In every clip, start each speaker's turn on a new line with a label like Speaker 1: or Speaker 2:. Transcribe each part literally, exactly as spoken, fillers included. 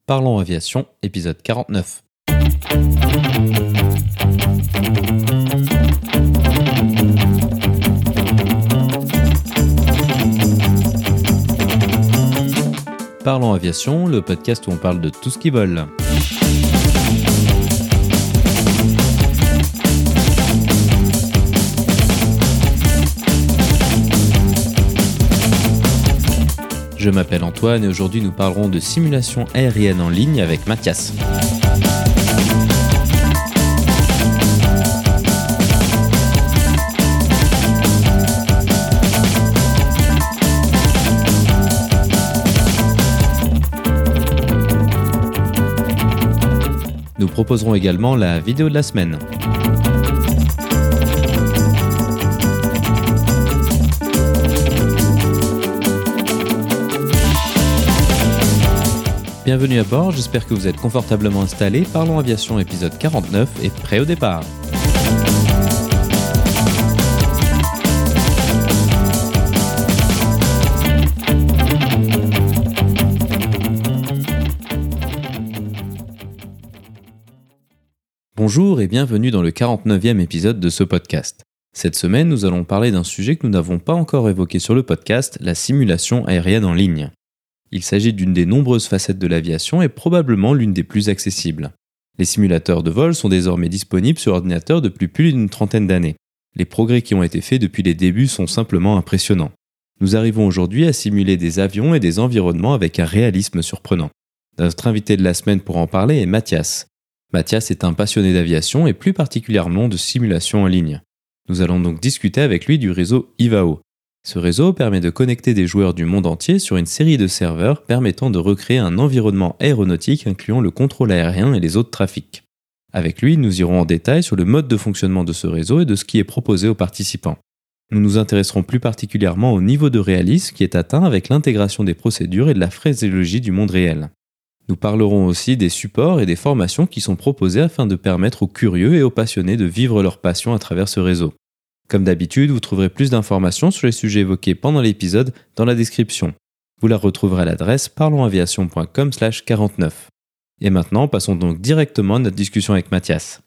Speaker 1: Parlons Aviation, épisode quarante-neuf. Parlons Aviation, le podcast où on parle de tout ce qui vole. Je m'appelle Antoine et aujourd'hui nous parlerons de simulation aérienne en ligne avec Mathias. Nous proposerons également la vidéo de la semaine. Bienvenue à bord, j'espère que vous êtes confortablement installés. Parlons Aviation épisode quarante-neuf et prêt au départ. Bonjour et bienvenue dans le quarante-neuvième épisode de ce podcast. Cette semaine, nous allons parler d'un sujet que nous n'avons pas encore évoqué sur le podcast, la simulation aérienne en ligne. Il s'agit d'une des nombreuses facettes de l'aviation et probablement l'une des plus accessibles. Les simulateurs de vol sont désormais disponibles sur ordinateur depuis plus d'une trentaine d'années. Les progrès qui ont été faits depuis les débuts sont simplement impressionnants. Nous arrivons aujourd'hui à simuler des avions et des environnements avec un réalisme surprenant. Notre invité de la semaine pour en parler est Mathias. Mathias est un passionné d'aviation et plus particulièrement de simulation en ligne. Nous allons donc discuter avec lui du réseau Ivao. Ce réseau permet de connecter des joueurs du monde entier sur une série de serveurs permettant de recréer un environnement aéronautique incluant le contrôle aérien et les autres trafics. Avec lui, nous irons en détail sur le mode de fonctionnement de ce réseau et de ce qui est proposé aux participants. Nous nous intéresserons plus particulièrement au niveau de réalisme qui est atteint avec l'intégration des procédures et de la phraséologie du monde réel. Nous parlerons aussi des supports et des formations qui sont proposés afin de permettre aux curieux et aux passionnés de vivre leur passion à travers ce réseau. Comme d'habitude, vous trouverez plus d'informations sur les sujets évoqués pendant l'épisode dans la description. Vous la retrouverez à l'adresse parlonsaviation point com slash quarante-neuf. Et maintenant, passons donc directement à notre discussion avec Mathias.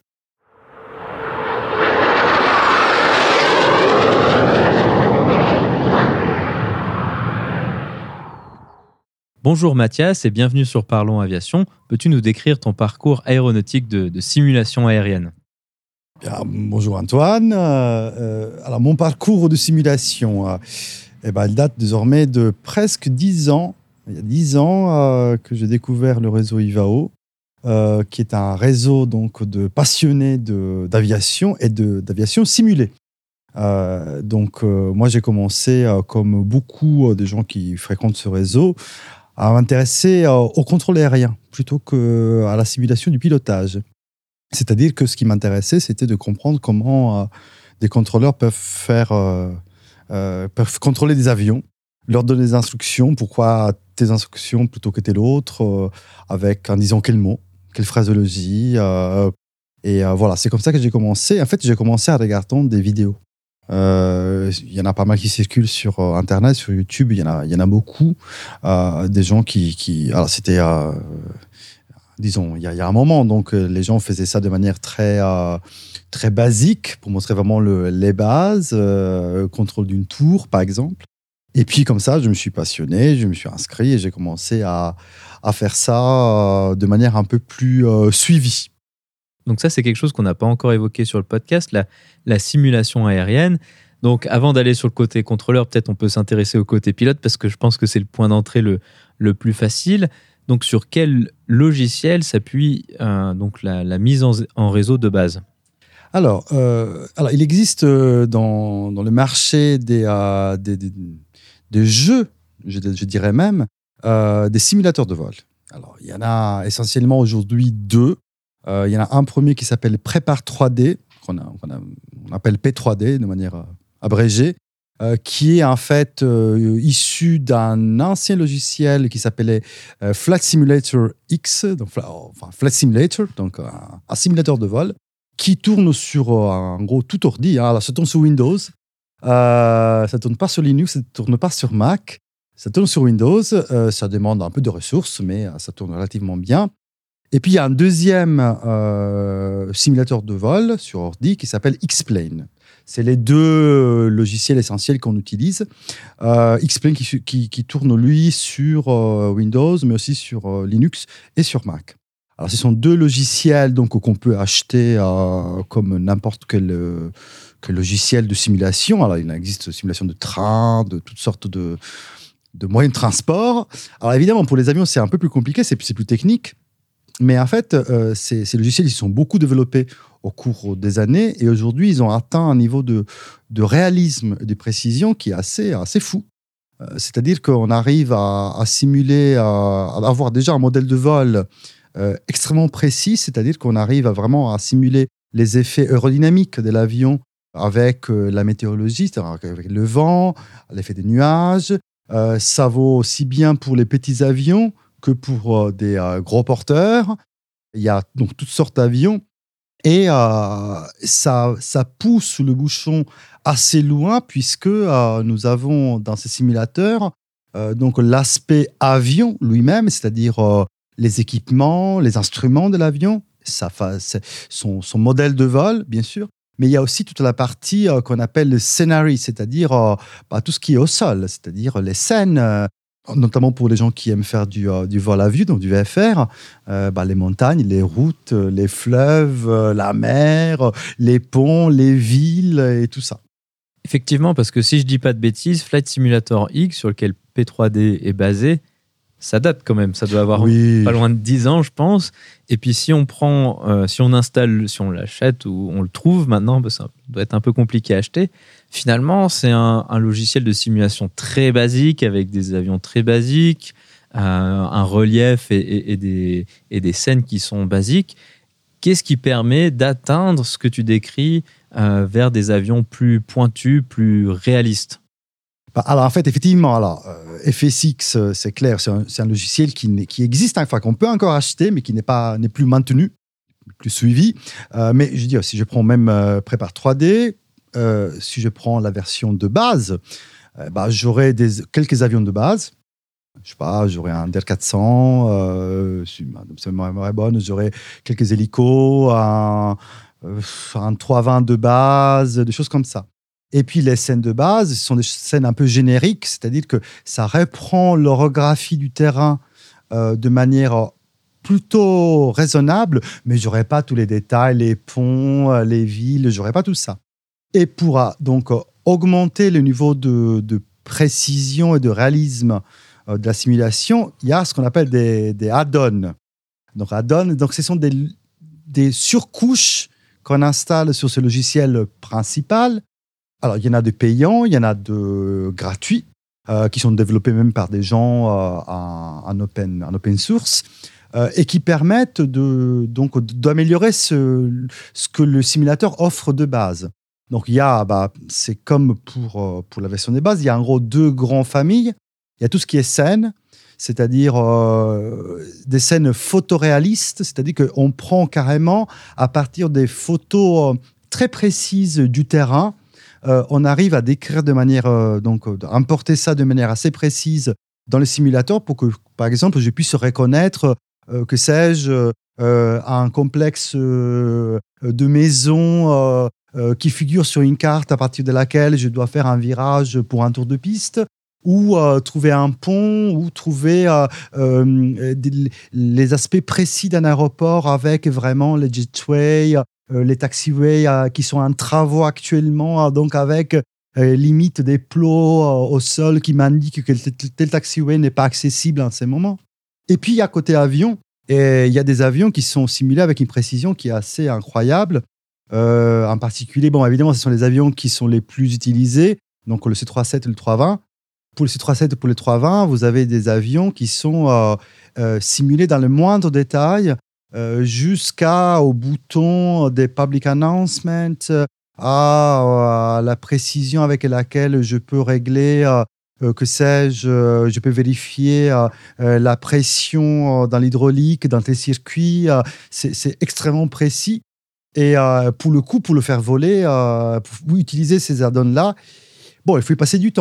Speaker 1: Bonjour Mathias et bienvenue sur Parlons Aviation. Peux-tu nous décrire ton parcours aéronautique de, de simulation aérienne ?
Speaker 2: Bien, bonjour Antoine. Euh, alors mon parcours de simulation, euh, eh ben, il date désormais de presque dix ans. Il y a dix ans euh, que j'ai découvert le réseau Ivao, euh, qui est un réseau donc, de passionnés de, d'aviation et de, d'aviation simulée. Euh, donc euh, moi j'ai commencé, euh, comme beaucoup euh, des gens qui fréquentent ce réseau, à m'intéresser euh, au contrôle aérien plutôt qu'à la simulation du pilotage. C'est-à-dire que ce qui m'intéressait, c'était de comprendre comment euh, des contrôleurs peuvent faire, euh, euh, peuvent contrôler des avions, leur donner des instructions, pourquoi tes instructions plutôt que telle autre, euh, avec en disant quel mot, quelle phraséologie. Euh, et euh, voilà, c'est comme ça que j'ai commencé. En fait, j'ai commencé en regardant des vidéos. Euh, il y en a pas mal qui circulent sur euh, Internet, sur YouTube, il y en a, il y en a beaucoup. Euh, des gens qui... qui alors, c'était... Euh, Disons, il y, y a un moment, donc euh, les gens faisaient ça de manière très, euh, très basique pour montrer vraiment le, les bases, euh, contrôle d'une tour, par exemple. Et puis, comme ça, je me suis passionné, je me suis inscrit et j'ai commencé à, à faire ça euh, de manière un peu plus euh, suivie.
Speaker 1: Donc ça, c'est quelque chose qu'on n'a pas encore évoqué sur le podcast, la, la simulation aérienne. Donc, avant d'aller sur le côté contrôleur, peut-être on peut s'intéresser au côté pilote parce que je pense que c'est le point d'entrée le, le plus facile. Donc, sur quel logiciel s'appuie euh, donc la, la mise en, en réseau de base ?
Speaker 2: Alors, euh, alors il existe euh, dans, dans le marché des, euh, des, des, des jeux, je, je dirais même, euh, des simulateurs de vol. Alors, il y en a essentiellement aujourd'hui deux. Euh, il y en a un premier qui s'appelle Prepar trois D, qu'on, a, qu'on a, on appelle P trois D de manière euh, abrégée, Euh, qui est en fait euh, issu d'un ancien logiciel qui s'appelait euh, Flight Simulator X, donc, enfin Flight Simulator, donc un, un simulateur de vol, qui tourne sur euh, en gros tout ordi. Hein. Alors, ça tourne sur Windows, euh, ça ne tourne pas sur Linux, ça ne tourne pas sur Mac. Ça tourne sur Windows, euh, ça demande un peu de ressources, mais euh, ça tourne relativement bien. Et puis, il y a un deuxième euh, simulateur de vol sur ordi qui s'appelle X-Plane. C'est les deux logiciels essentiels qu'on utilise. Euh, X-Plane qui, qui, qui tourne, lui, sur euh, Windows, mais aussi sur euh, Linux et sur Mac. Alors, ce sont deux logiciels donc, qu'on peut acheter euh, comme n'importe quel, euh, quel logiciel de simulation. Alors, il existe de simulation de train, de toutes sortes de, de moyens de transport. Alors, évidemment, pour les avions, c'est un peu plus compliqué, c'est, c'est plus technique. Mais en fait, euh, ces, ces logiciels, ils sont beaucoup développés au cours des années et aujourd'hui, ils ont atteint un niveau de, de réalisme et de précision qui est assez, assez fou. Euh, c'est-à-dire qu'on arrive à, à simuler, à, à avoir déjà un modèle de vol euh, extrêmement précis, c'est-à-dire qu'on arrive à vraiment à simuler les effets aérodynamiques de l'avion avec euh, la météorologie, c'est-à-dire avec le vent, l'effet des nuages. Euh, ça vaut aussi bien pour les petits avions que pour euh, des euh, gros porteurs. Il y a donc toutes sortes d'avions et euh, ça, ça pousse le bouchon assez loin puisque euh, nous avons dans ces simulateurs euh, donc l'aspect avion lui-même, c'est-à-dire euh, les équipements, les instruments de l'avion, ça, son, son modèle de vol, bien sûr. Mais il y a aussi toute la partie euh, qu'on appelle le scenery, c'est-à-dire euh, bah, tout ce qui est au sol, c'est-à-dire les scènes, euh, notamment pour les gens qui aiment faire du, euh, du vol à vue, donc du V F R, euh, bah, les montagnes, les routes, les fleuves, euh, la mer, les ponts, les villes et tout ça.
Speaker 1: Effectivement, parce que si je dis pas de bêtises, Flight Simulator X, sur lequel P trois D est basé, ça date quand même, ça doit avoir
Speaker 2: oui.
Speaker 1: pas loin de dix ans, je pense. Et puis si on prend, euh, si on installe, si on l'achète ou on le trouve maintenant, bah, ça doit être un peu compliqué à acheter. Finalement, c'est un, un logiciel de simulation très basique, avec des avions très basiques, euh, un relief et, et, et, des, et des scènes qui sont basiques. Qu'est-ce qui permet d'atteindre ce que tu décris euh, vers des avions plus pointus, plus réalistes ?
Speaker 2: Alors en fait, effectivement, alors, euh, F S X, c'est clair, c'est un, c'est un logiciel qui, qui existe, hein, enfin, qu'on peut encore acheter, mais qui n'est, pas, n'est plus maintenu, plus suivi. Euh, mais je veux dire, si je prends même euh, Prepar trois D, euh, si je prends la version de base, euh, bah, j'aurai des, quelques avions de base. Je sais pas, j'aurai un D R quatre cents, euh, si ma mémoire est bonne, j'aurai quelques hélicos, un, un trois vingt de base, des choses comme ça. Et puis, les scènes de base, ce sont des scènes un peu génériques, c'est-à-dire que ça reprend l'orographie du terrain euh, de manière plutôt raisonnable, mais je n'aurai pas tous les détails, les ponts, les villes, je n'aurai pas tout ça. Et pour euh, donc augmenter le niveau de, de précision et de réalisme euh, de la simulation, il y a ce qu'on appelle des, des add-ons. Donc, add-ons, donc ce sont des, des surcouches qu'on installe sur ce logiciel principal. Alors, il y en a de payants, il y en a de gratuits, euh, qui sont développés même par des gens euh, en, en, open, en open source, euh, et qui permettent de, donc, d'améliorer ce, ce que le simulateur offre de base. Donc, il y a, bah, c'est comme pour, pour la version de base, il y a en gros deux grandes familles. Il y a tout ce qui est scène, c'est-à-dire euh, des scènes photoréalistes, c'est-à-dire qu'on prend carrément, à partir des photos très précises du terrain, Euh, on arrive à décrire de manière, euh, donc, euh, importer ça de manière assez précise dans le simulateur pour que, par exemple, je puisse reconnaître, euh, que sais-je, euh, un complexe euh, de maisons euh, euh, qui figure sur une carte à partir de laquelle je dois faire un virage pour un tour de piste, ou euh, trouver un pont, ou trouver euh, euh, des, les aspects précis d'un aéroport avec vraiment les jetways, Euh, les taxiways euh, qui sont en travaux actuellement, euh, donc avec euh, limite des plots euh, au sol qui m'indiquent que tel, tel taxiway n'est pas accessible en ce moment. Et puis, à côté avion, et il y a des avions qui sont simulés avec une précision qui est assez incroyable. Euh, en particulier, bon, évidemment, ce sont les avions qui sont les plus utilisés, donc le C trois cent sept et le trois cent vingt. Pour le C trois cent sept et pour le trois cent vingt, vous avez des avions qui sont euh, euh, simulés dans le moindre détail, Euh, jusqu'au bouton des public announcements, à, à la précision avec laquelle je peux régler, euh, que sais-je, euh, je peux vérifier euh, euh, la pression dans l'hydraulique, dans tes circuits. Euh, c'est, c'est extrêmement précis. Et euh, pour le coup, pour le faire voler, euh, pour utiliser ces add-ons-là, bon, il faut y passer du temps.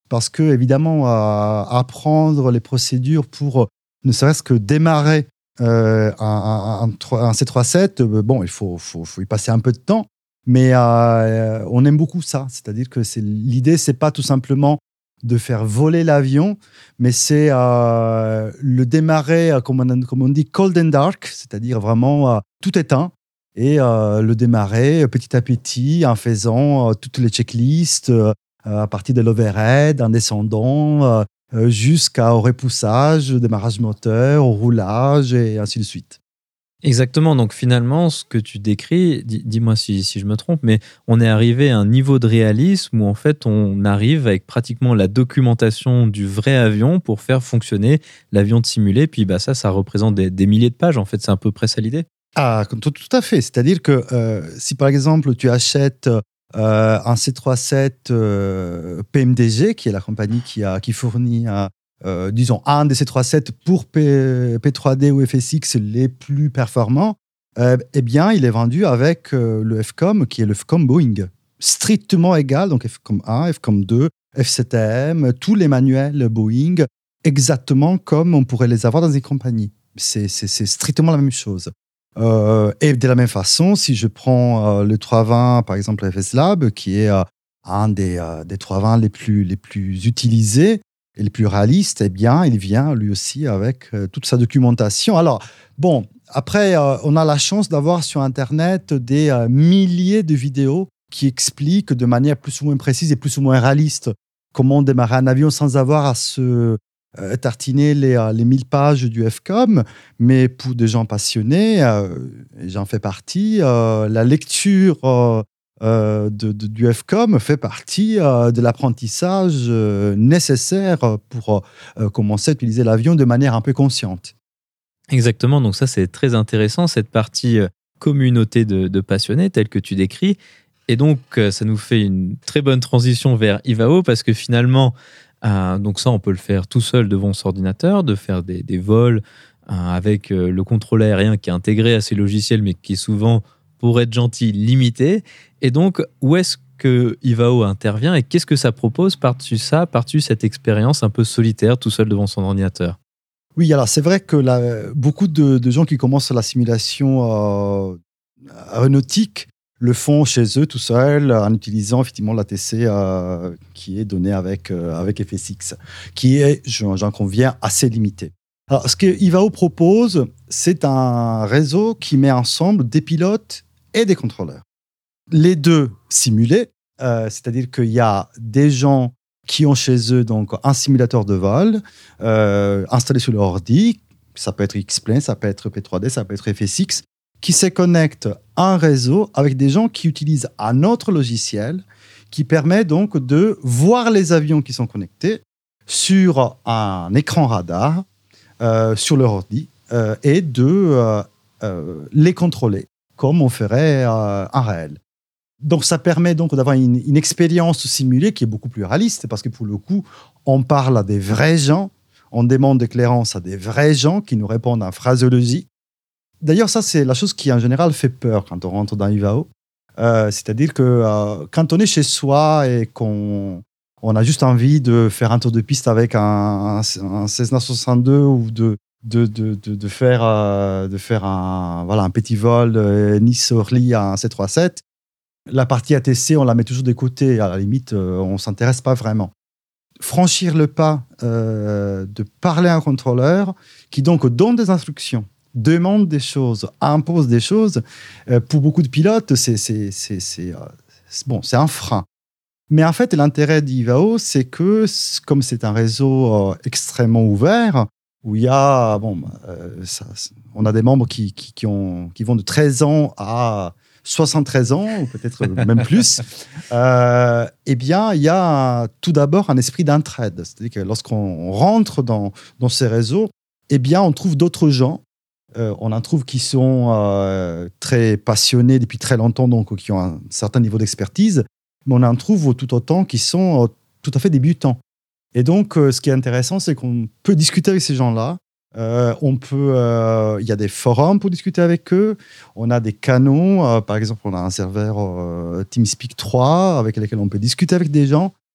Speaker 2: parce que, évidemment, euh, apprendre les procédures pour euh, ne serait-ce que démarrer euh, un, un, un, un C trois sept, euh, bon, il faut, faut, faut y passer un peu de temps, mais euh, on aime beaucoup ça. C'est-à-dire que c'est, l'idée, c'est pas tout simplement de faire voler l'avion, mais c'est euh, le démarrer, comme on, comme on dit, cold and dark, c'est-à-dire vraiment euh, tout éteint, et euh, le démarrer petit à petit en faisant euh, toutes les checklists, euh, à partir de l'overhead, en descendant, euh, jusqu'au repoussage, au démarrage moteur, au roulage, et ainsi de suite.
Speaker 1: Exactement, donc finalement, ce que tu décris, dis, dis-moi si, si je me trompe, mais on est arrivé à un niveau de réalisme où en fait on arrive avec pratiquement la documentation du vrai avion pour faire fonctionner l'avion de simulé, puis bah ça, ça représente des, des milliers de pages, en fait, c'est à peu près ça l'idée.
Speaker 2: Ah, tout, tout à fait, c'est-à-dire que euh, si par exemple tu achètes euh, un C trois sept euh, P M D G, qui est la compagnie qui, a, qui fournit euh, Euh, disons, un des C trois sept pour P, P trois D ou F S X les plus performants, euh, eh bien, il est vendu avec euh, le F COM, qui est le F COM Boeing. Strictement égal, donc F COM un, F COM deux, F sept M, tous les manuels Boeing, exactement comme on pourrait les avoir dans des compagnies. C'est, c'est, c'est strictement la même chose. Euh, et de la même façon, si je prends euh, le trois vingt, par exemple, F S Lab, qui est euh, un des, euh, des trois vingt les plus, les plus utilisés, et les plus réalistes, eh bien, il vient lui aussi avec euh, toute sa documentation. Alors, bon, après, euh, on a la chance d'avoir sur Internet des euh, milliers de vidéos qui expliquent de manière plus ou moins précise et plus ou moins réaliste comment démarrer un avion sans avoir à se euh, tartiner les, euh, les mille pages du F COM. Mais pour des gens passionnés, euh, et j'en fais partie, euh, la lecture euh, Euh, de, de, du F COM fait partie euh, de l'apprentissage euh, nécessaire pour euh, commencer à utiliser l'avion de manière un peu consciente.
Speaker 1: Exactement, donc ça c'est très intéressant, cette partie euh, communauté de, de passionnés telle que tu décris. Et donc euh, ça nous fait une très bonne transition vers Ivao, parce que finalement, euh, donc ça on peut le faire tout seul devant son ordinateur, de faire des, des vols euh, avec euh, le contrôle aérien qui est intégré à ces logiciels, mais qui est souvent, pour être gentil, limité. Et donc, où est-ce que Ivao intervient et qu'est-ce que ça propose par-dessus ça, par-dessus cette expérience un peu solitaire, tout seul devant son ordinateur?
Speaker 2: Oui, alors c'est vrai que la, beaucoup de, de gens qui commencent la simulation euh, aéronautique le font chez eux tout seuls en utilisant effectivement l'A T C euh, qui est donné avec, euh, avec F S X, qui est, j'en conviens, assez limité. Alors, ce que Ivao propose, c'est un réseau qui met ensemble des pilotes et des contrôleurs. Les deux simulés, euh, c'est-à-dire qu'il y a des gens qui ont chez eux donc un simulateur de vol euh, installé sur leur ordi, ça peut être X-Plane, ça peut être P trois D, ça peut être F S X, qui se connectent à un réseau avec des gens qui utilisent un autre logiciel qui permet donc de voir les avions qui sont connectés sur un écran radar, euh, sur leur ordi, euh, et de euh, euh, les contrôler comme on ferait euh, en réel. Donc, ça permet donc d'avoir une, une expérience simulée qui est beaucoup plus réaliste, parce que pour le coup, on parle à des vrais gens, on demande des clairances à des vrais gens qui nous répondent en phraseologie. D'ailleurs, ça, c'est la chose qui, en général, fait peur quand on rentre dans Ivao. Euh, c'est-à-dire que euh, quand on est chez soi et qu'on on a juste envie de faire un tour de piste avec un, un Cessna soixante-deux ou de, de, de, de, de faire, euh, de faire un, voilà, un petit vol euh, Nice-Orly à un C trois sept, la partie A T C, on la met toujours de côté. À la limite, euh, on ne s'intéresse pas vraiment. Franchir le pas euh, de parler à un contrôleur qui donc donne des instructions, demande des choses, impose des choses, euh, pour beaucoup de pilotes, c'est, c'est, c'est, c'est, euh, c'est, bon, c'est un frein. Mais en fait, l'intérêt d'Ivao, c'est que, comme c'est un réseau euh, extrêmement ouvert, où il y a, bon, euh, ça, on a des membres qui, qui, qui, ont, qui vont de treize ans à soixante-treize ans, ou peut-être même plus, euh, eh bien, il y a tout d'abord un esprit d'entraide. C'est-à-dire que lorsqu'on rentre dans, dans ces réseaux, eh bien, on trouve d'autres gens. Euh, on en trouve qui sont euh, très passionnés depuis très longtemps, donc qui ont un certain niveau d'expertise, mais on en trouve tout autant qui sont euh, tout à fait débutants. Et donc, euh, ce qui est intéressant, c'est qu'on peut discuter avec ces gens-là. Euh, on peut, euh, il y a des forums pour discuter avec eux. On a des canaux. Euh, par exemple, on a un serveur euh, TeamSpeak trois avec lequel on peut discuter avec des gens.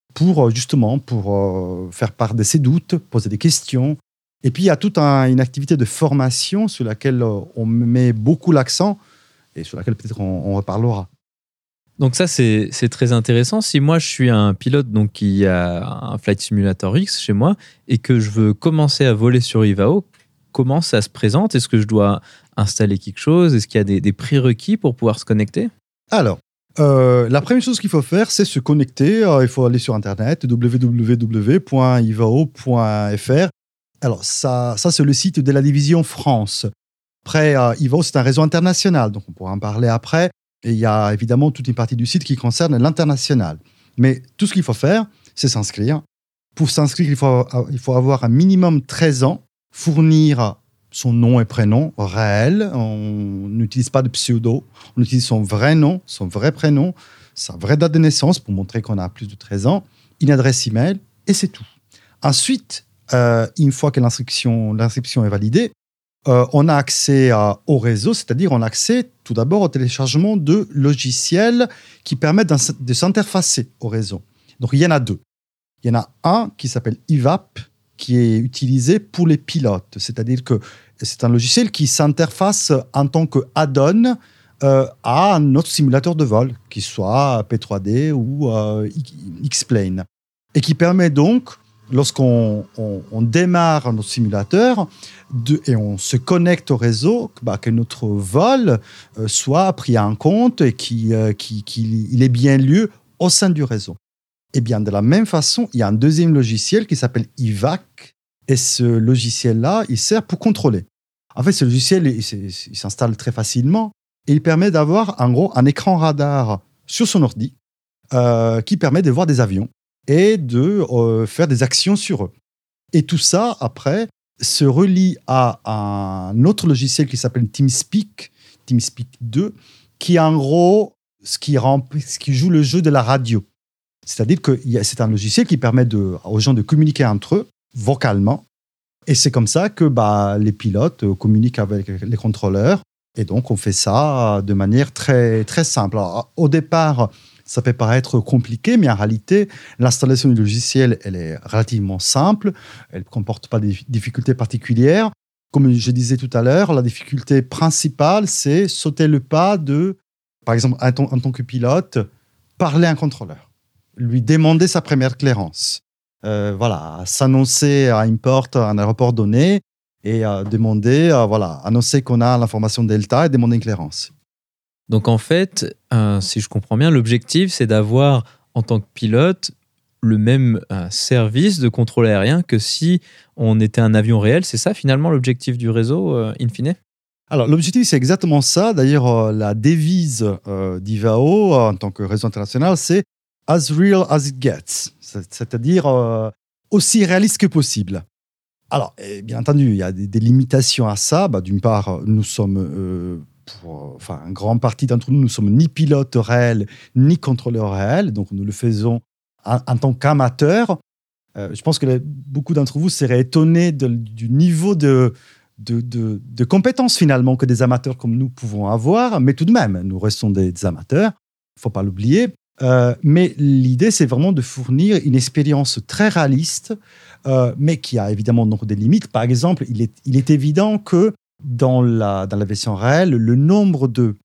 Speaker 2: pour justement pour euh, faire part de ses doutes, poser des questions. Et puis il y a toute un, une activité de formation sur laquelle on met beaucoup l'accent et sur laquelle peut-être on, on reparlera.
Speaker 1: Donc ça, c'est, c'est très intéressant. Si moi, je suis un pilote donc, qui a un Flight Simulator X chez moi et que je veux commencer à voler sur Ivao, comment ça se présente ? Est-ce que je dois installer quelque chose ? Est-ce qu'il y a des, des prérequis pour pouvoir se connecter ?
Speaker 2: Alors, euh, la première chose qu'il faut faire, c'est se connecter. Euh, il faut aller sur Internet, w w w point ivao point f r. Alors, ça, ça, c'est le site de la division France. Après, euh, Ivao, c'est un réseau international, donc on pourra en parler après. Et il y a évidemment toute une partie du site qui concerne l'international. Mais tout ce qu'il faut faire, c'est s'inscrire. Pour s'inscrire, il faut, il faut avoir un minimum treize ans, fournir son nom et prénom réel. On n'utilise pas de pseudo. On utilise son vrai nom, son vrai prénom, sa vraie date de naissance pour montrer qu'on a plus de treize ans, une adresse email, et c'est tout. Ensuite, euh, une fois que l'inscription, l'inscription est validée, Euh, on a accès à, au réseau, c'est-à-dire on a accès tout d'abord au téléchargement de logiciels qui permettent de s'interfacer au réseau. Donc il y en a deux. Il y en a un qui s'appelle I V A P, qui est utilisé pour les pilotes, c'est-à-dire que c'est un logiciel qui s'interface en tant qu'add-on euh, à notre simulateur de vol, qu'il soit P trois D ou euh, X-Plane, et qui permet donc, lorsqu'on on, on démarre notre simulateur de, et on se connecte au réseau, bah, que notre vol euh, soit pris en compte et qu'il euh, qui, qui, il ait bien lieu au sein du réseau. Et bien, de la même façon, il y a un deuxième logiciel qui s'appelle I V A C, et ce logiciel-là, il sert pour contrôler. En fait, ce logiciel, il, il s'installe très facilement et il permet d'avoir, en gros, un écran radar sur son ordi euh, qui permet de voir des avions et de euh, faire des actions sur eux. Et tout ça, après, se relie à un autre logiciel qui s'appelle TeamSpeak, TeamSpeak deux, qui est en gros ce qui, remplit, ce qui joue le jeu de la radio. C'est-à-dire que c'est un logiciel qui permet de, aux gens de communiquer entre eux vocalement. Et c'est comme ça que bah, les pilotes communiquent avec les contrôleurs. Et donc, on fait ça de manière très, très simple. Alors, au départ, ça peut paraître compliqué, mais en réalité, l'installation du logiciel, elle est relativement simple. Elle ne comporte pas de difficultés particulières. Comme je disais tout à l'heure, la difficulté principale, c'est sauter le pas de, par exemple, en tant, en tant que pilote, parler à un contrôleur, lui demander sa première clairance. Euh, voilà, s'annoncer à une porte, à un aéroport donné, et euh, demander, euh, voilà, annoncer qu'on a l'information Delta et demander une clairance.
Speaker 1: Donc en fait, euh, si je comprends bien, l'objectif, c'est d'avoir, en tant que pilote, le même euh, service de contrôle aérien que si on était un avion réel. C'est ça, finalement, l'objectif du réseau, euh, in fine ?
Speaker 2: Alors, l'objectif, c'est exactement ça. D'ailleurs, euh, la devise euh, d'Ivao, euh, en tant que réseau international, c'est « as real as it gets », c'est-à-dire euh, aussi réaliste que possible. Alors, eh, bien entendu, il y a des, des limitations à ça. Bah, d'une part, nous sommes... Euh, Pour, enfin, une grande partie d'entre nous, nous ne sommes ni pilotes réels, ni contrôleurs réels. Donc, nous le faisons en, en tant qu'amateurs. Euh, je pense que les, beaucoup d'entre vous seraient étonnés de, du niveau de, de, de, de compétences, finalement, que des amateurs comme nous pouvons avoir. Mais tout de même, nous restons des, des amateurs. Il ne faut pas l'oublier. Euh, mais l'idée, c'est vraiment de fournir une expérience très réaliste, euh, mais qui a évidemment donc des limites. Par exemple, il est, il est évident que Dans la, dans la version réelle, le nombre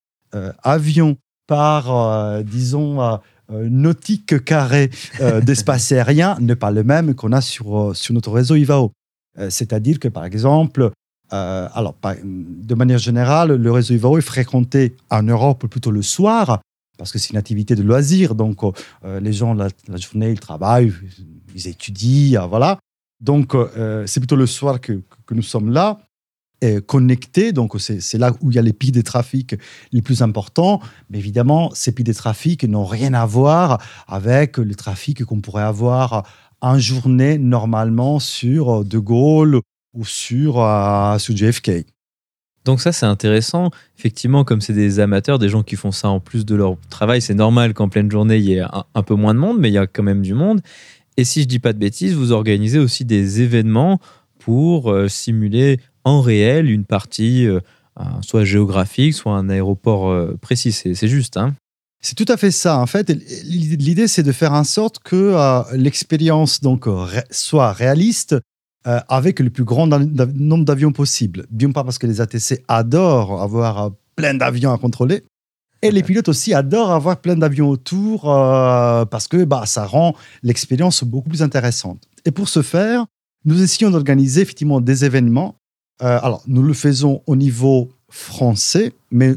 Speaker 2: d'avions euh, par, euh, disons, euh, nautique carré euh, d'espace aérien n'est pas le même qu'on a sur, euh, sur notre réseau Ivao. Euh, c'est-à-dire que, par exemple, euh, alors, par, de manière générale, le réseau Ivao est fréquenté en Europe plutôt le soir, parce que c'est une activité de loisir. Donc, euh, les gens, la, la journée, ils travaillent, ils étudient, euh, voilà. Donc, euh, c'est plutôt le soir que, que nous sommes là. Connectés, donc c'est, c'est là où il y a les pics de trafic les plus importants, mais évidemment ces pics de trafic n'ont rien à voir avec le trafic qu'on pourrait avoir en journée normalement sur De Gaulle ou sur, euh, sur J F K.
Speaker 1: Donc ça c'est intéressant, effectivement comme c'est des amateurs, des gens qui font ça en plus de leur travail, c'est normal qu'en pleine journée il y ait un, un peu moins de monde, mais il y a quand même du monde. Et si je dis pas de bêtises, vous organisez aussi des événements pour euh, simuler en réel une partie euh, soit géographique, soit un aéroport euh, précis. C'est, c'est juste, hein ?
Speaker 2: C'est tout à fait ça. En fait, l'idée, c'est de faire en sorte que euh, l'expérience donc, ré- soit réaliste euh, avec le plus grand da- nombre d'avions possible. Bien pas parce que les A T C adorent avoir euh, plein d'avions à contrôler. Et les pilotes aussi adorent avoir plein d'avions autour euh, parce que bah, ça rend l'expérience beaucoup plus intéressante. Et pour ce faire, nous essayons d'organiser effectivement des événements. Euh, alors, nous le faisons au niveau français, mais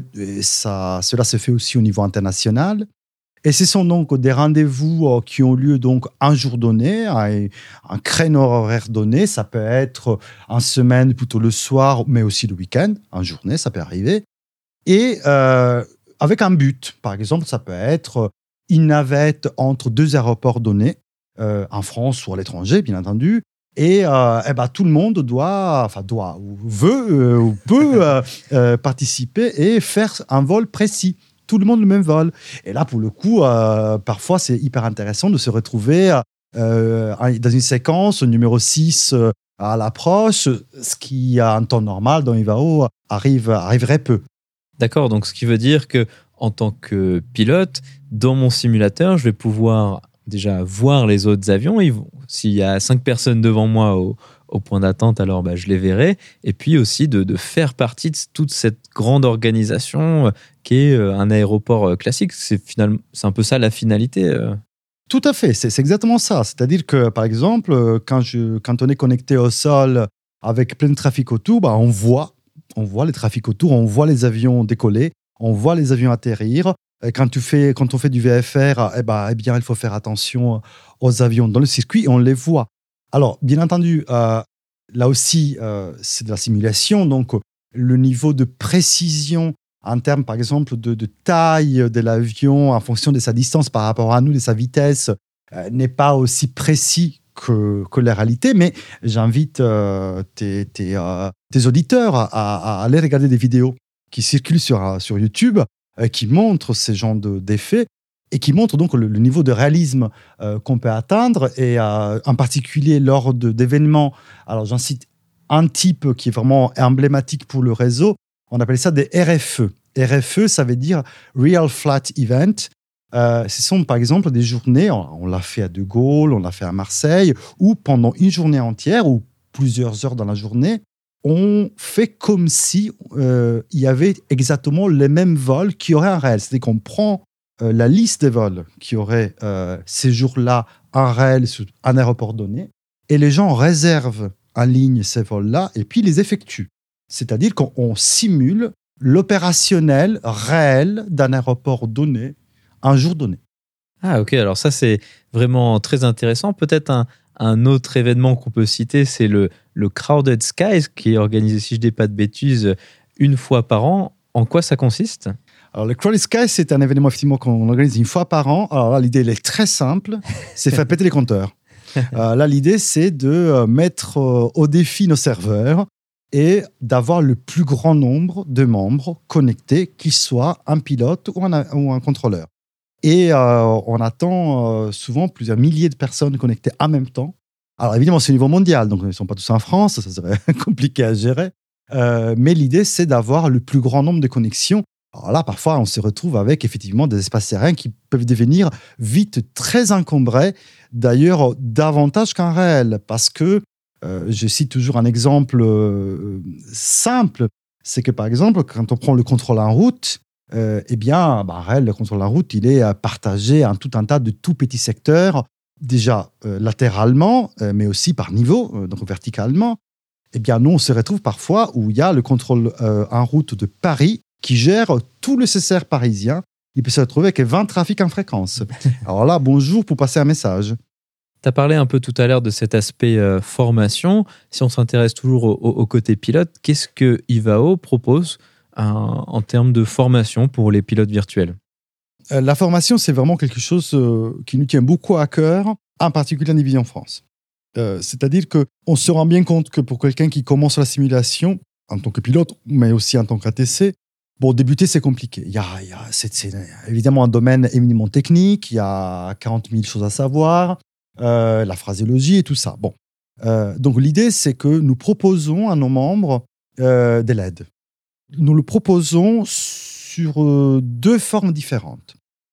Speaker 2: ça, cela se fait aussi au niveau international. Et ce sont donc des rendez-vous euh, qui ont lieu donc un jour donné, un, un créneau horaire donné. Ça peut être en semaine, plutôt le soir, mais aussi le week-end, en journée, ça peut arriver. Et euh, avec un but. Par exemple, ça peut être une navette entre deux aéroports donnés, euh, en France ou à l'étranger, bien entendu. Et, euh, eh ben, tout le monde doit, enfin doit, ou veut, euh, ou peut euh, euh, participer et faire un vol précis. Tout le monde le même vol. Et là, pour le coup, euh, parfois, c'est hyper intéressant de se retrouver euh, dans une séquence numéro six euh, à l'approche, ce qui, en temps normal, dans I V A O, arrive, arriverait peu.
Speaker 1: D'accord, donc ce qui veut dire que en tant que pilote, dans mon simulateur, je vais pouvoir déjà voir les autres avions. Ils vont- S'il y a cinq personnes devant moi au, au point d'attente, alors bah, je les verrai. Et puis aussi de, de faire partie de toute cette grande organisation euh, qui est euh, un aéroport euh, classique. C'est finalement, c'est un peu ça la finalité. euh.
Speaker 2: Tout à fait, c'est c'est exactement ça. C'est-à-dire que, par exemple, euh, quand, je, quand on est connecté au sol avec plein de trafic autour, bah, on voit, on voit les trafics autour, on voit les avions décoller, on voit les avions atterrir. Et quand, tu fais, quand on fait du V F R, eh ben, eh bien, il faut faire attention aux avions dans le circuit et on les voit. Alors, bien entendu, euh, là aussi, euh, c'est de la simulation, donc le niveau de précision en termes, par exemple, de, de taille de l'avion en fonction de sa distance par rapport à nous, de sa vitesse, euh, n'est pas aussi précis que, que la réalité. Mais j'invite euh, tes, tes, euh, tes auditeurs à, à aller regarder des vidéos qui circulent sur, sur YouTube, euh, qui montrent ces genres de- d'effets et qui montrent donc le, le niveau de réalisme euh, qu'on peut atteindre, et euh, en particulier lors de- d'événements. Alors, j'en cite un type qui est vraiment emblématique pour le réseau. On appelle ça des R F E. R F E, ça veut dire Real Flight Event. Euh, ce sont par exemple des journées, on, on l'a fait à De Gaulle, on l'a fait à Marseille, où pendant une journée entière, ou plusieurs heures dans la journée, on fait comme si euh, il y avait exactement les mêmes vols qui auraient un réel. C'est-à-dire qu'on prend euh, la liste des vols qui auraient euh, ces jours-là un réel sur un aéroport donné, et les gens réservent en ligne ces vols-là et puis les effectuent. C'est-à-dire qu'on simule l'opérationnel réel d'un aéroport donné, un jour donné.
Speaker 1: Ah ok, alors ça c'est vraiment très intéressant. Peut-être un, un autre événement qu'on peut citer, c'est le, le Crowded Skies qui est organisé, si je dis pas de bêtises, une fois par an. En quoi ça consiste ?
Speaker 2: Alors, le Crowded Skies, c'est un événement effectivement qu'on organise une fois par an. Alors là, l'idée elle est très simple, c'est faire péter les compteurs. Euh, là, l'idée, c'est de euh, mettre euh, au défi nos serveurs et d'avoir le plus grand nombre de membres connectés, qu'ils soient un pilote ou un, ou un contrôleur. Et euh, on attend euh, souvent plusieurs milliers de personnes connectées en même temps. Alors évidemment, c'est au niveau mondial, donc ils ne sont pas tous en France, ça serait compliqué à gérer. Euh, mais l'idée, c'est d'avoir le plus grand nombre de connexions. Alors là, parfois, on se retrouve avec effectivement des espaces terrains qui peuvent devenir vite très encombrés, d'ailleurs davantage qu'un réel, parce que, euh, je cite toujours un exemple euh, simple, c'est que par exemple, quand on prend le contrôle en route, euh, eh bien, bah, réel, le contrôle en route, il est euh, partagé en tout un tas de tout petits secteurs, déjà euh, latéralement, euh, mais aussi par niveau, euh, donc verticalement. Eh bien, nous, on se retrouve parfois où il y a le contrôle euh, en route de Paris qui gère tout le C C R parisien. Il peut se retrouver avec vingt trafics en fréquence. Alors là, bonjour pour passer un message.
Speaker 1: Tu as parlé un peu tout à l'heure de cet aspect euh, formation. Si on s'intéresse toujours au, au- au côté pilote, qu'est-ce que I V A O propose euh, en termes de formation pour les pilotes virtuels ?
Speaker 2: Euh, la formation, c'est vraiment quelque chose euh, qui nous tient beaucoup à cœur, en particulier en Division France. Euh, c'est-à-dire qu'on se rend bien compte que pour quelqu'un qui commence la simulation, en tant que pilote, mais aussi en tant qu'A T C, bon, débuter, c'est compliqué. Il y a, il y a, c'est, c'est évidemment un domaine éminemment technique, il y a quarante mille choses à savoir, euh, la phraséologie et tout ça. Bon. Euh, donc l'idée, c'est que nous proposons à nos membres euh, de l'aide. Nous le proposons sur euh, deux formes différentes.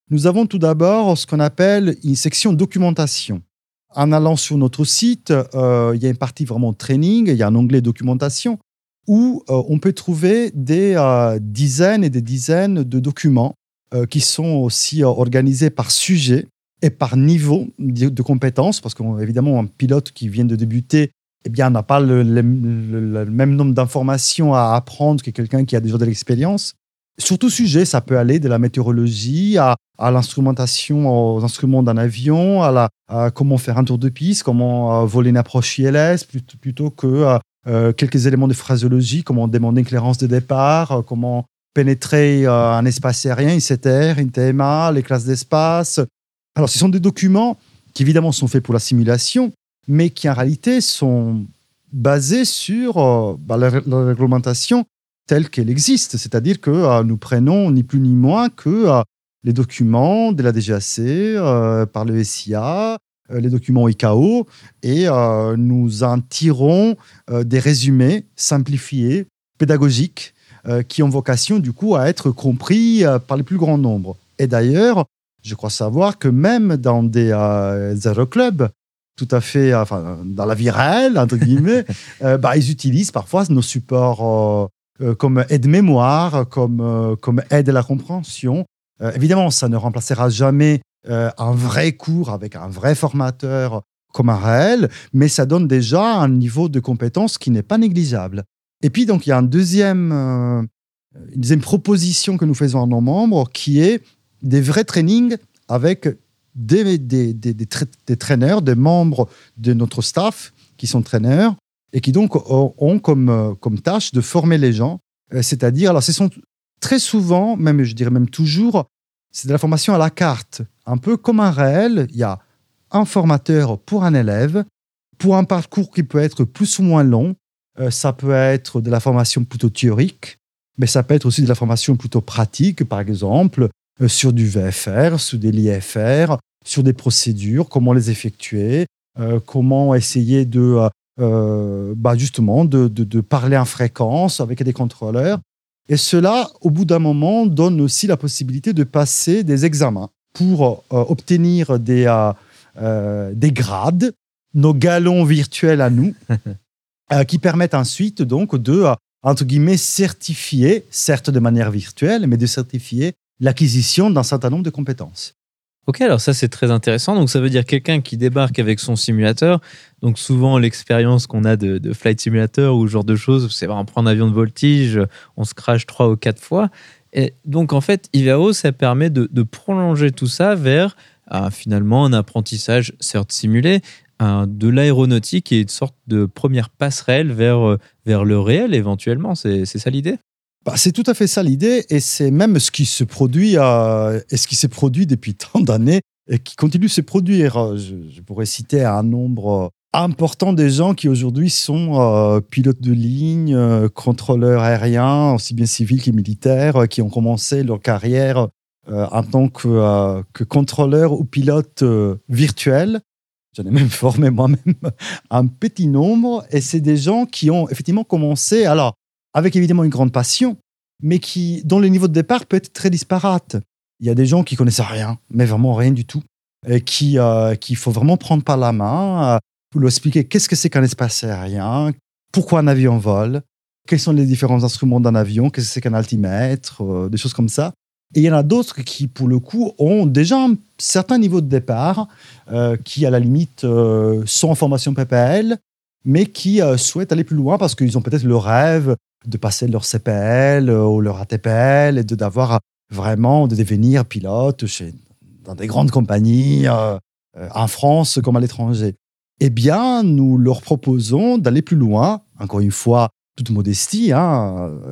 Speaker 2: nous avons tout d'abord ce qu'on appelle une section documentation. En allant sur notre site, euh, il y a une partie vraiment training, il y a un onglet documentation où euh, on peut trouver des euh, dizaines et des dizaines de documents euh, qui sont aussi euh, organisés par sujet et par niveau de, de compétences, parce qu'évidemment, un pilote qui vient de débuter, eh bien, n'a pas le, le, le, le même nombre d'informations à apprendre que quelqu'un qui a déjà de l'expérience. Sur tout sujet, ça peut aller de la météorologie à, à l'instrumentation, aux instruments d'un avion, à, la, à comment faire un tour de piste, comment euh, voler une approche I L S, plutôt, plutôt que euh, euh, quelques éléments de phraseologie, comment demander une clairance de départ, euh, comment pénétrer euh, un espace aérien, une C T R, une T M A, les classes d'espace. Alors, ce sont des documents qui, évidemment, sont faits pour la simulation, mais qui, en réalité, sont basés sur euh, bah, la, la réglementation telle qu'elle existe. C'est-à-dire que euh, nous prenons ni plus ni moins que euh, les documents de la D G A C, euh, par le S I A, euh, les documents I C A O, et euh, nous en tirons euh, des résumés simplifiés, pédagogiques, euh, qui ont vocation du coup à être compris euh, par le plus grand nombre. Et d'ailleurs, je crois savoir que même dans des euh, aéroclubs, tout à fait, euh, enfin, dans la vie réelle, entre guillemets, euh, bah, ils utilisent parfois nos supports euh, euh, comme aide-mémoire, comme, euh, comme aide à la compréhension. Euh, évidemment, ça ne remplacera jamais euh, un vrai cours avec un vrai formateur comme un réel, mais ça donne déjà un niveau de compétence qui n'est pas négligeable. Et puis, donc, il y a un deuxième, euh, une deuxième proposition que nous faisons à nos membres qui est des vrais trainings avec des, des, des, des, tra- des traîneurs, des membres de notre staff qui sont traîneurs et qui donc ont comme, comme tâche de former les gens. C'est-à-dire, alors ce sont très souvent, même je dirais même toujours, c'est de la formation à la carte. Un peu comme un réel, il y a un formateur pour un élève, pour un parcours qui peut être plus ou moins long. Euh, ça peut être de la formation plutôt théorique, mais ça peut être aussi de la formation plutôt pratique, par exemple, euh, sur du V F R, sur des L I F R, sur des procédures, comment les effectuer, euh, comment essayer de, euh, bah justement, de, de, de parler en fréquence avec des contrôleurs. Et cela, au bout d'un moment, donne aussi la possibilité de passer des examens pour euh, obtenir des, euh, euh, des grades, nos galons virtuels à nous, euh, qui permettent ensuite donc de, euh, entre guillemets, certifier, certes de manière virtuelle, mais de certifier l'acquisition d'un certain nombre de compétences.
Speaker 1: Ok, alors ça c'est très intéressant. Donc ça veut dire quelqu'un qui débarque avec son simulateur. Donc souvent l'expérience qu'on a de, de flight simulator ou ce genre de choses, c'est vraiment prendre un avion de voltige, on se crache trois ou quatre fois. Et donc en fait, I V A O, ça permet de, de prolonger tout ça vers euh, finalement un apprentissage certes simulé, un, de l'aéronautique et une sorte de première passerelle vers, vers le réel éventuellement. C'est, c'est ça l'idée ?
Speaker 2: Bah, c'est tout à fait ça l'idée, et c'est même ce qui se produit, euh, et ce qui s'est produit depuis tant d'années et qui continue de se produire. Je, je pourrais citer un nombre important de gens qui aujourd'hui sont euh, pilotes de ligne, euh, contrôleurs aériens, aussi bien civils que militaires, euh, qui ont commencé leur carrière euh, en tant que, euh, que contrôleurs ou pilotes euh, virtuels. J'en ai même formé moi-même un petit nombre, et c'est des gens qui ont effectivement commencé, alors, avec évidemment une grande passion, mais qui, dont le niveau de départ peut être très disparate. Il y a des gens qui connaissent rien, mais vraiment rien du tout, et qui, euh, qu'il faut vraiment prendre par la main euh, pour leur expliquer qu'est-ce que c'est qu'un espace aérien, pourquoi un avion vole, quels sont les différents instruments d'un avion, qu'est-ce que c'est qu'un altimètre, euh, des choses comme ça. Et il y en a d'autres qui, pour le coup, ont déjà un certain niveau de départ, euh, qui, à la limite, euh, sont en formation P P L, mais qui euh, souhaitent aller plus loin parce qu'ils ont peut-être le rêve de passer leur C P L euh, ou leur A T P L et de, d'avoir vraiment, de devenir pilote chez, dans des grandes compagnies, euh, euh, en France comme à l'étranger. Eh bien, nous leur proposons d'aller plus loin, encore une fois, toute modestie, hein, euh,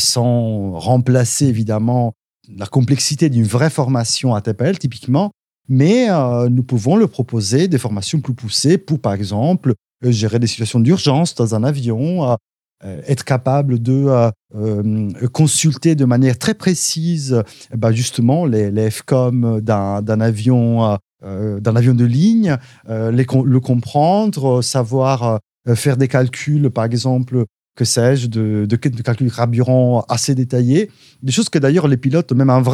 Speaker 2: sans remplacer évidemment la complexité d'une vraie formation A T P L typiquement, mais euh, nous pouvons leur proposer des formations plus poussées pour, par exemple, gérer des situations d'urgence dans un avion, euh, être capable de euh, euh, consulter de manière très précise eh ben justement les, les F COM d'un, d'un, avion, euh, d'un avion de ligne, euh, les, le comprendre, savoir euh, faire des calculs, par exemple, que sais-je, de, de, de calculs carburant assez détaillés, des choses que d'ailleurs les pilotes, même en vrai,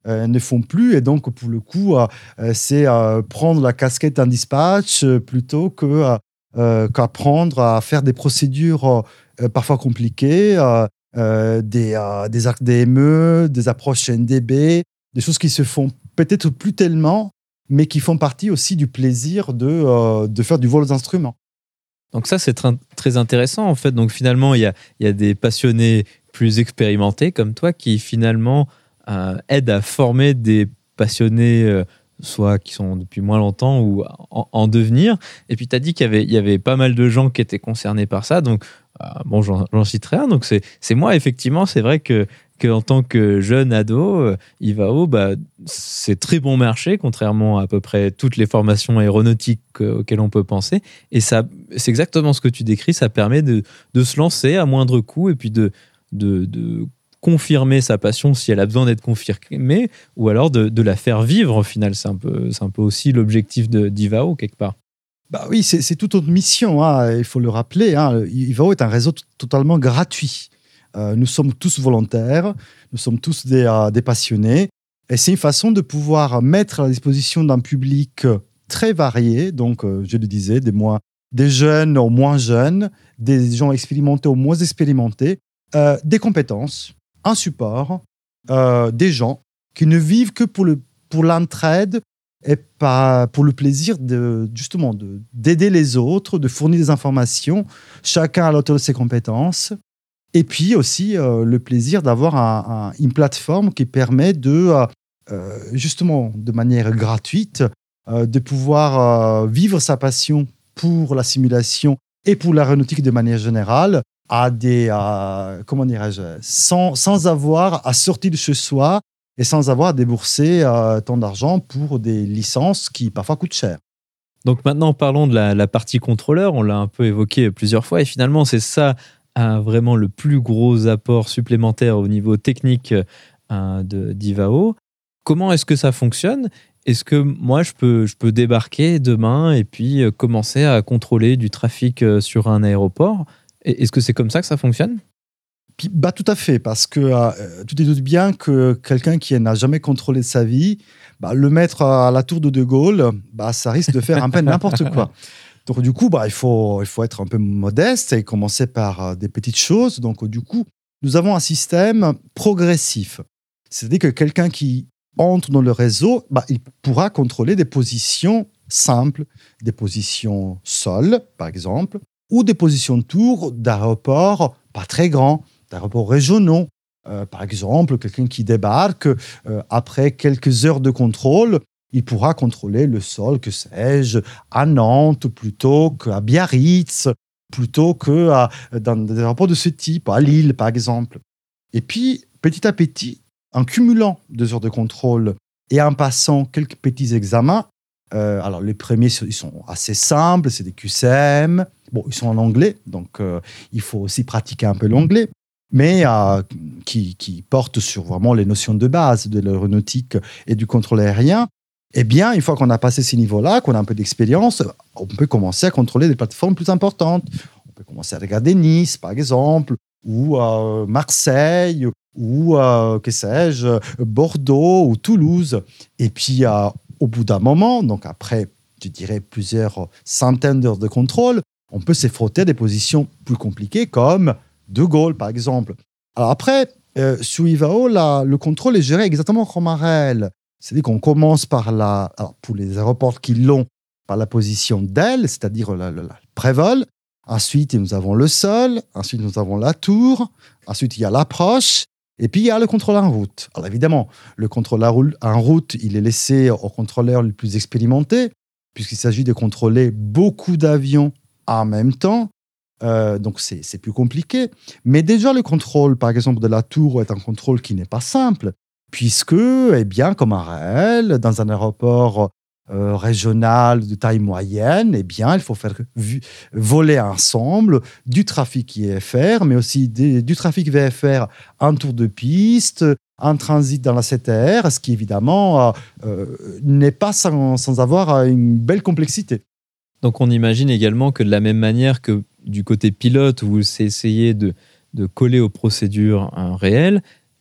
Speaker 2: euh, ne font plus. Et donc, pour le coup, euh, c'est euh, prendre la casquette d'un dispatch euh, plutôt que, euh, qu'apprendre à faire des procédures euh, parfois compliquées, euh, euh, des, euh, des actes D M E, des approches N D B, des choses qui se font peut-être plus tellement, mais qui font partie aussi du plaisir de, euh, de faire du vol aux instruments.
Speaker 1: Donc ça, c'est tr- très intéressant en fait. Donc finalement, il y a, il y a des passionnés plus expérimentés comme toi qui finalement euh, aident à former des passionnés euh, soit qui sont depuis moins longtemps ou en, en devenir. Et puis tu as dit qu'il y avait, il y avait pas mal de gens qui étaient concernés par ça. Donc euh, bon, j'en, j'en citerai un. Donc c'est, c'est moi, effectivement, c'est vrai que qu'en tant que jeune ado, euh, Ivao, bah, c'est très bon marché, contrairement à, à peu près toutes les formations aéronautiques euh, auxquelles on peut penser. Et ça, c'est exactement ce que tu décris, ça permet de, de se lancer à moindre coût et puis de, de, de confirmer sa passion si elle a besoin d'être confirmée, ou alors de, de la faire vivre au final. C'est un peu, c'est un peu aussi l'objectif de, d'Ivao, quelque part.
Speaker 2: Bah oui, c'est, c'est toute notre mission, hein, il faut le rappeler. Hein. Ivao est un réseau t- totalement gratuit. Euh, nous sommes tous volontaires, nous sommes tous des, euh, des passionnés. Et c'est une façon de pouvoir mettre à la disposition d'un public très varié, donc euh, je le disais, des, moins, des jeunes aux moins jeunes, des gens expérimentés aux moins expérimentés, euh, des compétences, un support, euh, des gens qui ne vivent que pour, le, pour l'entraide et pas pour le plaisir de, justement de, d'aider les autres, de fournir des informations, chacun à l'auteur de ses compétences. Et puis aussi euh, le plaisir d'avoir un, un, une plateforme qui permet de, euh, justement, de manière gratuite, euh, de pouvoir euh, vivre sa passion pour la simulation et pour l'aéronautique de manière générale, à des, à, comment dirais-je, sans, sans avoir à sortir de chez soi et sans avoir à débourser euh, tant d'argent pour des licences qui parfois coûtent cher.
Speaker 1: Donc maintenant, parlons de la, la partie contrôleur. On l'a un peu évoqué plusieurs fois et finalement, c'est ça a vraiment le plus gros apport supplémentaire au niveau technique euh, de, d'Ivao. Comment est-ce que ça fonctionne ? Est-ce que moi, je peux, je peux débarquer demain et puis euh, commencer à contrôler du trafic euh, sur un aéroport ? Et est-ce que c'est comme ça que ça fonctionne ?
Speaker 2: Puis, bah, tout à fait, parce que euh, tu te doutes bien que quelqu'un qui n'a jamais contrôlé sa vie, bah, le mettre à la tour de De Gaulle, bah, ça risque de faire un peu n'importe quoi. Donc, du coup, bah, il faut, il faut être un peu modeste et commencer par euh, des petites choses. Donc, du coup, nous avons un système progressif. C'est-à-dire que quelqu'un qui entre dans le réseau, bah, il pourra contrôler des positions simples, des positions sol, par exemple, ou des positions de tour d'aéroports pas très grands, d'aéroports régionaux. Euh, par exemple, quelqu'un qui débarque, euh, après quelques heures de contrôle, il pourra contrôler le sol, que sais-je, à Nantes plutôt qu'à Biarritz, plutôt que à, dans des aéroports de ce type, à Lille par exemple. Et puis, petit à petit, en cumulant deux heures de contrôle et en passant quelques petits examens, euh, alors les premiers, ils sont assez simples, c'est des Q C M, bon, ils sont en anglais, donc euh, il faut aussi pratiquer un peu l'anglais, mais euh, qui, qui portent sur vraiment les notions de base de l'aéronautique et du contrôle aérien. Eh bien, une fois qu'on a passé ces niveaux-là, qu'on a un peu d'expérience, on peut commencer à contrôler des plateformes plus importantes. On peut commencer à regarder Nice, par exemple, ou euh, Marseille, ou, euh, que sais-je, Bordeaux ou Toulouse. Et puis, euh, au bout d'un moment, donc après, je dirais plusieurs centaines d'heures de contrôle, on peut s'effrotter à des positions plus compliquées, comme De Gaulle, par exemple. Alors après, euh, sous Ivao, là, le contrôle est géré exactement comme un réel. C'est-à-dire qu'on commence par la, alors pour les aéroports qui l'ont, par la position d'aile, c'est-à-dire le, le, le prévol. Ensuite, nous avons le sol. Ensuite, nous avons la tour. Ensuite, il y a l'approche. Et puis, il y a le contrôle en route. Alors évidemment, le contrôle en route, il est laissé aux contrôleurs les plus expérimentés, puisqu'il s'agit de contrôler beaucoup d'avions en même temps. Euh, donc, c'est, c'est plus compliqué. Mais déjà, le contrôle, par exemple, de la tour est un contrôle qui n'est pas simple, puisque, eh bien, comme un réel, dans un aéroport euh, régional de taille moyenne, eh bien, il faut faire vu, voler ensemble du trafic I F R, mais aussi des, du trafic V F R en tour de piste, en transit dans la C T R, ce qui, évidemment, euh, euh, n'est pas sans, sans avoir une belle complexité.
Speaker 1: Donc, on imagine également que de la même manière que du côté pilote, où c'est essayer de, de coller aux procédures hein, réelles,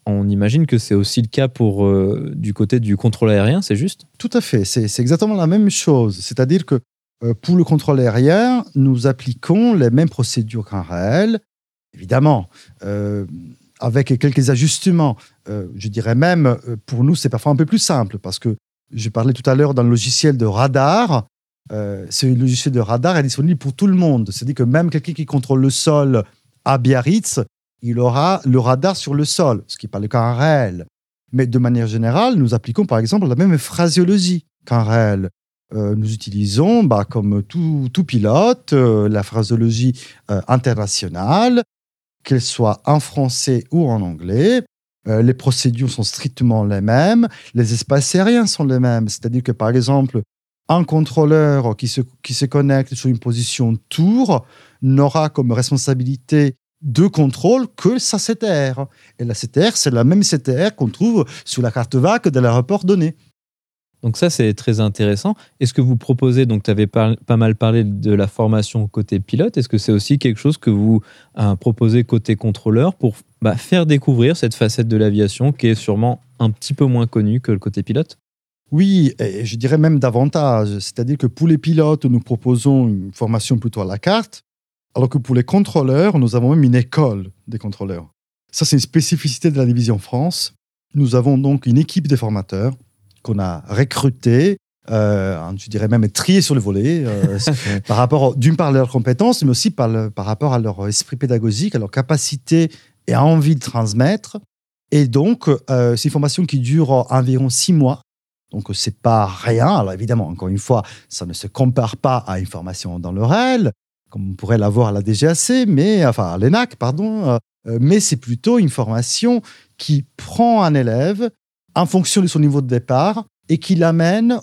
Speaker 1: on imagine que c'est aussi le cas pour euh, du côté du contrôle aérien, c'est juste?
Speaker 2: Tout à fait, c'est, c'est exactement la même chose. C'est-à-dire que euh, pour le contrôle aérien, nous appliquons les mêmes procédures qu'en réel. Évidemment, euh, avec quelques ajustements. Euh, je dirais même, euh, pour nous, c'est parfois un peu plus simple parce que je parlais tout à l'heure d'un logiciel de radar. Euh, ce logiciel de radar est disponible pour tout le monde. C'est-à-dire que même quelqu'un qui contrôle le sol à Biarritz, il aura le radar sur le sol, ce qui n'est pas le cas en réel. Mais de manière générale, nous appliquons par exemple la même phraséologie qu'en réel. Euh, nous utilisons, bah, comme tout, tout pilote, euh, la phraséologie euh, internationale, qu'elle soit en français ou en anglais. Euh, les procédures sont strictement les mêmes, les espaces aériens sont les mêmes. C'est-à-dire que, par exemple, un contrôleur qui se, qui se connecte sur une position tour n'aura comme responsabilité de contrôle que sa C T R. Et la C T R, c'est la même C T R qu'on trouve sur la carte V A C de l'aéroport donné.
Speaker 1: Donc ça, c'est très intéressant. Est-ce que vous proposez, donc tu avais par, pas mal parlé de la formation côté pilote, est-ce que c'est aussi quelque chose que vous euh, proposez côté contrôleur pour bah, faire découvrir cette facette de l'aviation qui est sûrement un petit peu moins connue que le côté pilote?
Speaker 2: Oui, et je dirais même davantage. C'est-à-dire que pour les pilotes, nous proposons une formation plutôt à la carte, alors que pour les contrôleurs, nous avons même une école des contrôleurs. Ça, c'est une spécificité de la division France. Nous avons donc une équipe de formateurs qu'on a recrutée, euh, je dirais même triée sur le volet, euh, par rapport, d'une part, à leurs compétences, mais aussi par, le, par rapport à leur esprit pédagogique, à leur capacité et à envie de transmettre. Et donc, euh, c'est une formation qui dure environ six mois. Donc, ce n'est pas rien. Alors, évidemment, encore une fois, ça ne se compare pas à une formation dans le réel, comme on pourrait l'avoir à la D G A C, mais, enfin à l'E N A C, pardon. Euh, mais c'est plutôt une formation qui prend un élève en fonction de son niveau de départ et qui l'amène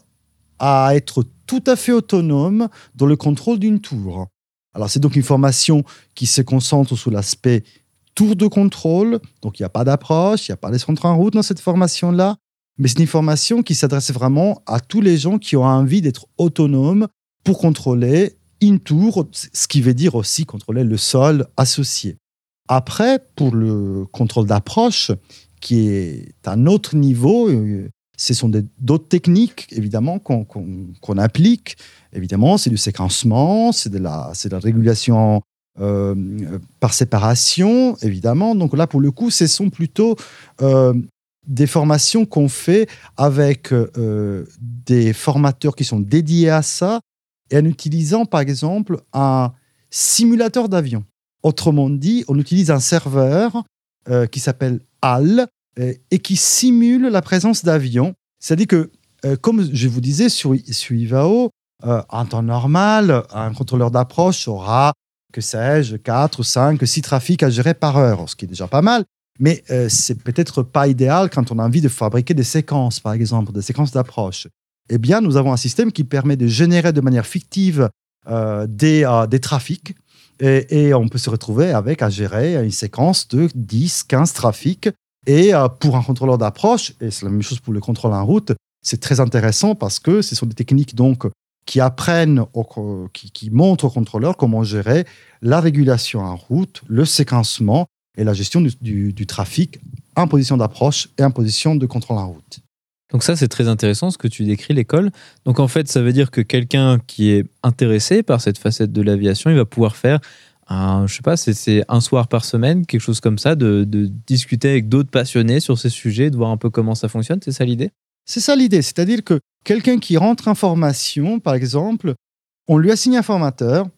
Speaker 2: à être tout à fait autonome dans le contrôle d'une tour. Alors, c'est donc une formation qui se concentre sur l'aspect tour de contrôle. Donc, il n'y a pas d'approche, il n'y a pas de centre en route dans cette formation-là. Mais c'est une formation qui s'adresse vraiment à tous les gens qui ont envie d'être autonomes pour contrôler une tour, ce qui veut dire aussi contrôler le sol associé. Après, pour le contrôle d'approche, qui est un autre niveau, ce sont des, d'autres techniques, évidemment, qu'on, qu'on, qu'on applique. Évidemment, c'est du séquencement, c'est de la, c'est de la régulation euh, par séparation, évidemment. Donc là, pour le coup, ce sont plutôt euh, des formations qu'on fait avec euh, des formateurs qui sont dédiés à ça et en utilisant, par exemple, un simulateur d'avion. Autrement dit, on utilise un serveur euh, qui s'appelle H A L euh, et qui simule la présence d'avions. C'est-à-dire que, euh, comme je vous disais, sur, sur I V A O, euh, en temps normal, un contrôleur d'approche aura, que sais-je, quatre, cinq, six trafics à gérer par heure, ce qui est déjà pas mal. Mais euh, c'est peut-être pas idéal quand on a envie de fabriquer des séquences, par exemple, des séquences d'approche. Eh bien, nous avons un système qui permet de générer de manière fictive euh, des, euh, des trafics et, et on peut se retrouver avec à gérer une séquence de dix, quinze trafics. Et euh, pour un contrôleur d'approche, et c'est la même chose pour le contrôle en route, c'est très intéressant parce que ce sont des techniques donc, qui apprennent, au, qui, qui montrent au contrôleur comment gérer la régulation en route, le séquencement et la gestion du, du, du trafic en position d'approche et en position de contrôle en route.
Speaker 1: Donc ça, c'est très intéressant ce que tu décris, l'école. Donc en fait, ça veut dire que quelqu'un qui est intéressé par cette facette de l'aviation, il va pouvoir faire, un, je sais pas, c'est, c'est un soir par semaine, quelque chose comme ça, de, de discuter avec d'autres passionnés sur ces sujets, de voir un peu comment ça fonctionne. C'est ça l'idée?
Speaker 2: C'est ça l'idée. C'est-à-dire que quelqu'un qui rentre en formation, par exemple, on lui assigne un formateur.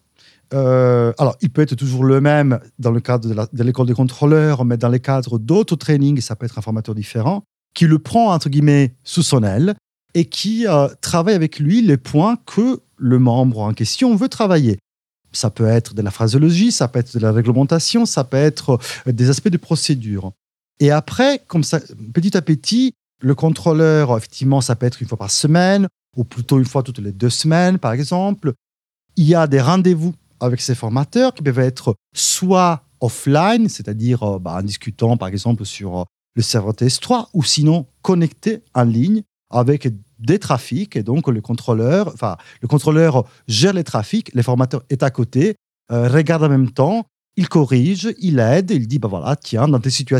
Speaker 2: Euh, alors, il peut être toujours le même dans le cadre de, la, de l'école des contrôleurs, mais dans le cadre d'autres trainings, ça peut être un formateur différent, qui le prend, entre guillemets, sous son aile et qui euh, travaille avec lui les points que le membre en question veut travailler. Ça peut être de la phraséologie, ça peut être de la réglementation, ça peut être des aspects de procédure. Et après, comme ça, petit à petit, le contrôleur, effectivement, ça peut être une fois par semaine, ou plutôt une fois toutes les deux semaines, par exemple. Il y a des rendez-vous avec ces formateurs qui peuvent être soit offline, c'est-à-dire euh, bah, en discutant, par exemple, sur le serveur T S trois, ou sinon connectés en ligne avec des trafics. Et donc, le contrôleur, enfin, le contrôleur gère les trafics, le formateur est à côté, euh, regarde en même temps, il corrige, il aide, il dit, bah voilà, tiens, dans tes situations,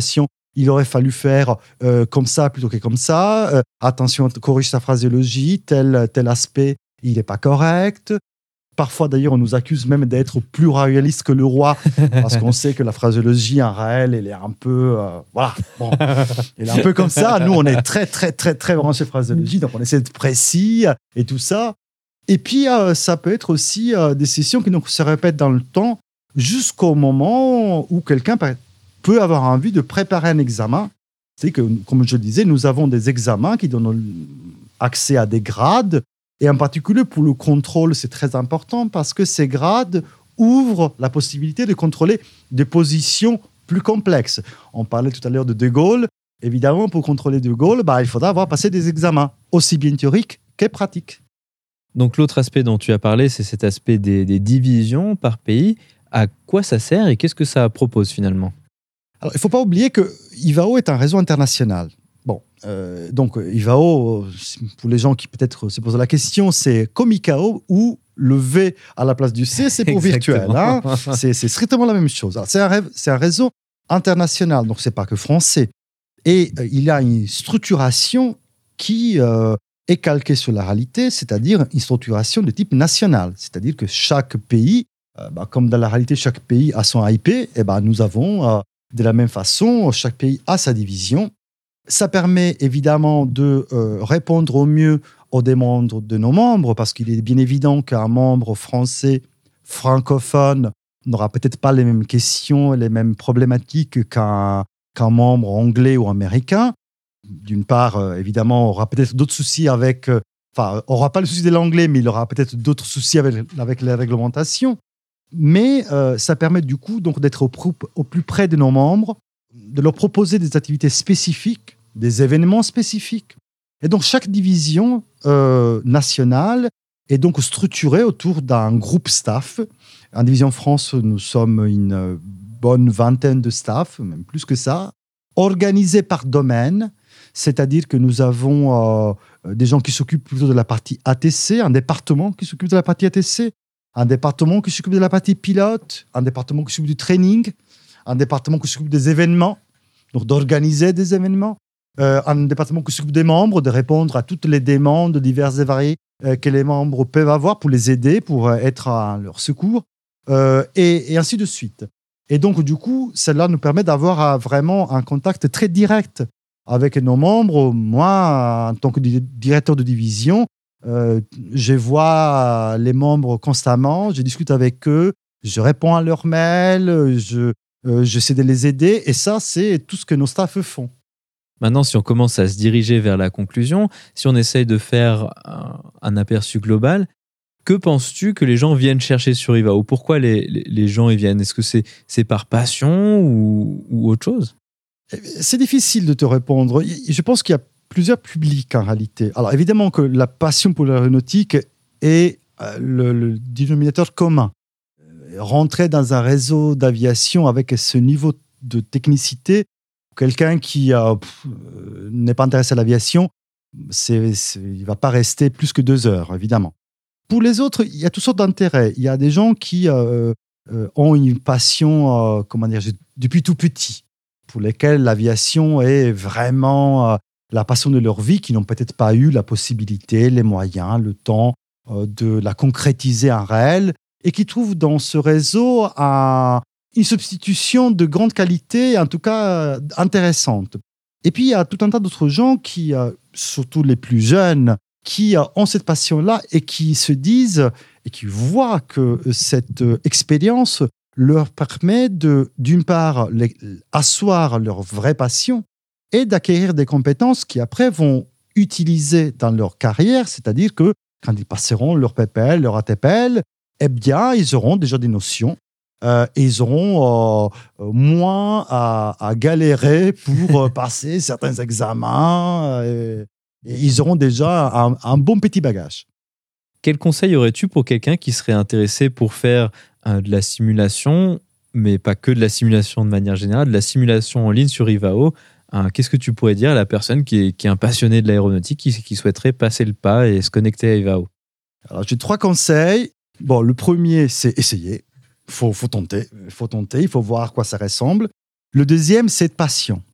Speaker 2: il aurait fallu faire euh, comme ça plutôt que comme ça. Euh, attention, corrige sa phraséologie, tel, tel aspect, il n'est pas correct. Parfois, d'ailleurs, on nous accuse même d'être plus royaliste que le roi, parce qu'on sait que la phraséologie en réel, elle est un peu... Euh, voilà, bon, elle est un peu comme ça. Nous, on est très, très, très, très branché phraséologie, donc on essaie d'être précis et tout ça. Et puis, euh, ça peut être aussi euh, des sessions qui donc, se répètent dans le temps jusqu'au moment où quelqu'un peut avoir envie de préparer un examen. C'est que, comme je le disais, nous avons des examens qui donnent accès à des grades. Et en particulier, pour le contrôle, c'est très important parce que ces grades ouvrent la possibilité de contrôler des positions plus complexes. On parlait tout à l'heure de De Gaulle. Évidemment, pour contrôler De Gaulle, bah, il faudra avoir passé des examens, aussi bien théoriques que pratiques.
Speaker 1: Donc l'autre aspect dont tu as parlé, c'est cet aspect des, des divisions par pays. À quoi ça sert et qu'est-ce que ça propose finalement ?
Speaker 2: Alors, il ne faut pas oublier que I V A O est un réseau international. Bon, euh, donc I V A O, pour les gens qui peut-être se posent la question, c'est comme I C A O où le V à la place du C, c'est pour virtuel. Hein. C'est, c'est strictement la même chose. Alors, c'est, un, c'est un réseau international, donc ce n'est pas que français. Et euh, il y a une structuration qui... Euh, est calqué sur la réalité, c'est-à-dire une structuration de type national. C'est-à-dire que chaque pays, euh, bah, comme dans la réalité, chaque pays a son I P, et bah, nous avons euh, de la même façon, chaque pays a sa division. Ça permet évidemment de euh, répondre au mieux aux demandes de nos membres, parce qu'il est bien évident qu'un membre français francophone n'aura peut-être pas les mêmes questions, les mêmes problématiques qu'un, qu'un membre anglais ou américain. D'une part, euh, évidemment, aura peut-être d'autres soucis avec... Euh, enfin, aura pas le souci de l'anglais, mais il aura peut-être d'autres soucis avec, avec les réglementations. Mais euh, ça permet du coup donc, d'être au, au plus près de nos membres, de leur proposer des activités spécifiques, des événements spécifiques. Et donc, chaque division euh, nationale est donc structurée autour d'un groupe staff. En Division France, nous sommes une bonne vingtaine de staff, même plus que ça, organisés par domaine. C'est-à-dire que nous avons euh, des gens qui s'occupent plutôt de la partie A T C, un département qui s'occupe de la partie A T C, un département qui s'occupe de la partie pilote, un département qui s'occupe du training, un département qui s'occupe des événements, donc d'organiser des événements, euh, un département qui s'occupe des membres, de répondre à toutes les demandes diverses et variées euh, que les membres peuvent avoir pour les aider, pour être à leur secours, euh, et, et ainsi de suite. Et donc, du coup, cela nous permet d'avoir euh, vraiment un contact très direct avec nos membres. Moi, en tant que directeur de division, euh, je vois les membres constamment, je discute avec eux, je réponds à leurs mails, je, euh, j'essaie de les aider. Et ça, c'est tout ce que nos staffs font.
Speaker 1: Maintenant, si on commence à se diriger vers la conclusion, si on essaye de faire un, un aperçu global, que penses-tu que les gens viennent chercher sur I V A O ? Pourquoi les, les, les gens y viennent ? Est-ce que c'est, c'est par passion ou, ou autre chose ?
Speaker 2: C'est difficile de te répondre. Je pense qu'il y a plusieurs publics en réalité. Alors évidemment que la passion pour l'aéronautique est le, le dénominateur commun. Rentrer dans un réseau d'aviation avec ce niveau de technicité, quelqu'un qui euh, pff, n'est pas intéressé à l'aviation, c'est, c'est, il ne va pas rester plus que deux heures, évidemment. Pour les autres, il y a toutes sortes d'intérêts. Il y a des gens qui euh, euh, ont une passion, euh, comment dire, depuis tout petit, pour lesquels l'aviation est vraiment euh, la passion de leur vie, qui n'ont peut-être pas eu la possibilité, les moyens, le temps euh, de la concrétiser en réel, et qui trouvent dans ce réseau un, une substitution de grande qualité, en tout cas euh, intéressante. Et puis, il y a tout un tas d'autres gens qui, euh, surtout les plus jeunes, qui euh, ont cette passion-là et qui se disent et qui voient que cette euh, expérience leur permet de, d'une part, les, asseoir leur vraie passion et d'acquérir des compétences qui, après, vont utiliser dans leur carrière, c'est-à-dire que quand ils passeront leur P P L, leur A T P L, eh bien, ils auront déjà des notions euh, et ils auront euh, moins à, à galérer pour euh, passer certains examens et, et ils auront déjà un, un bon petit bagage.
Speaker 1: Quel conseil aurais-tu pour quelqu'un qui serait intéressé pour faire euh, de la simulation, mais pas que de la simulation de manière générale, de la simulation en ligne sur I V A O ? Hein, qu'est-ce que tu pourrais dire à la personne qui est, qui est un passionné de l'aéronautique, qui, qui souhaiterait passer le pas et se connecter à I V A O ?
Speaker 2: Alors, j'ai trois conseils. Bon, le premier, c'est essayer. Il faut, faut tenter. Il faut tenter, il faut voir à quoi ça ressemble. Le deuxième, c'est être patient.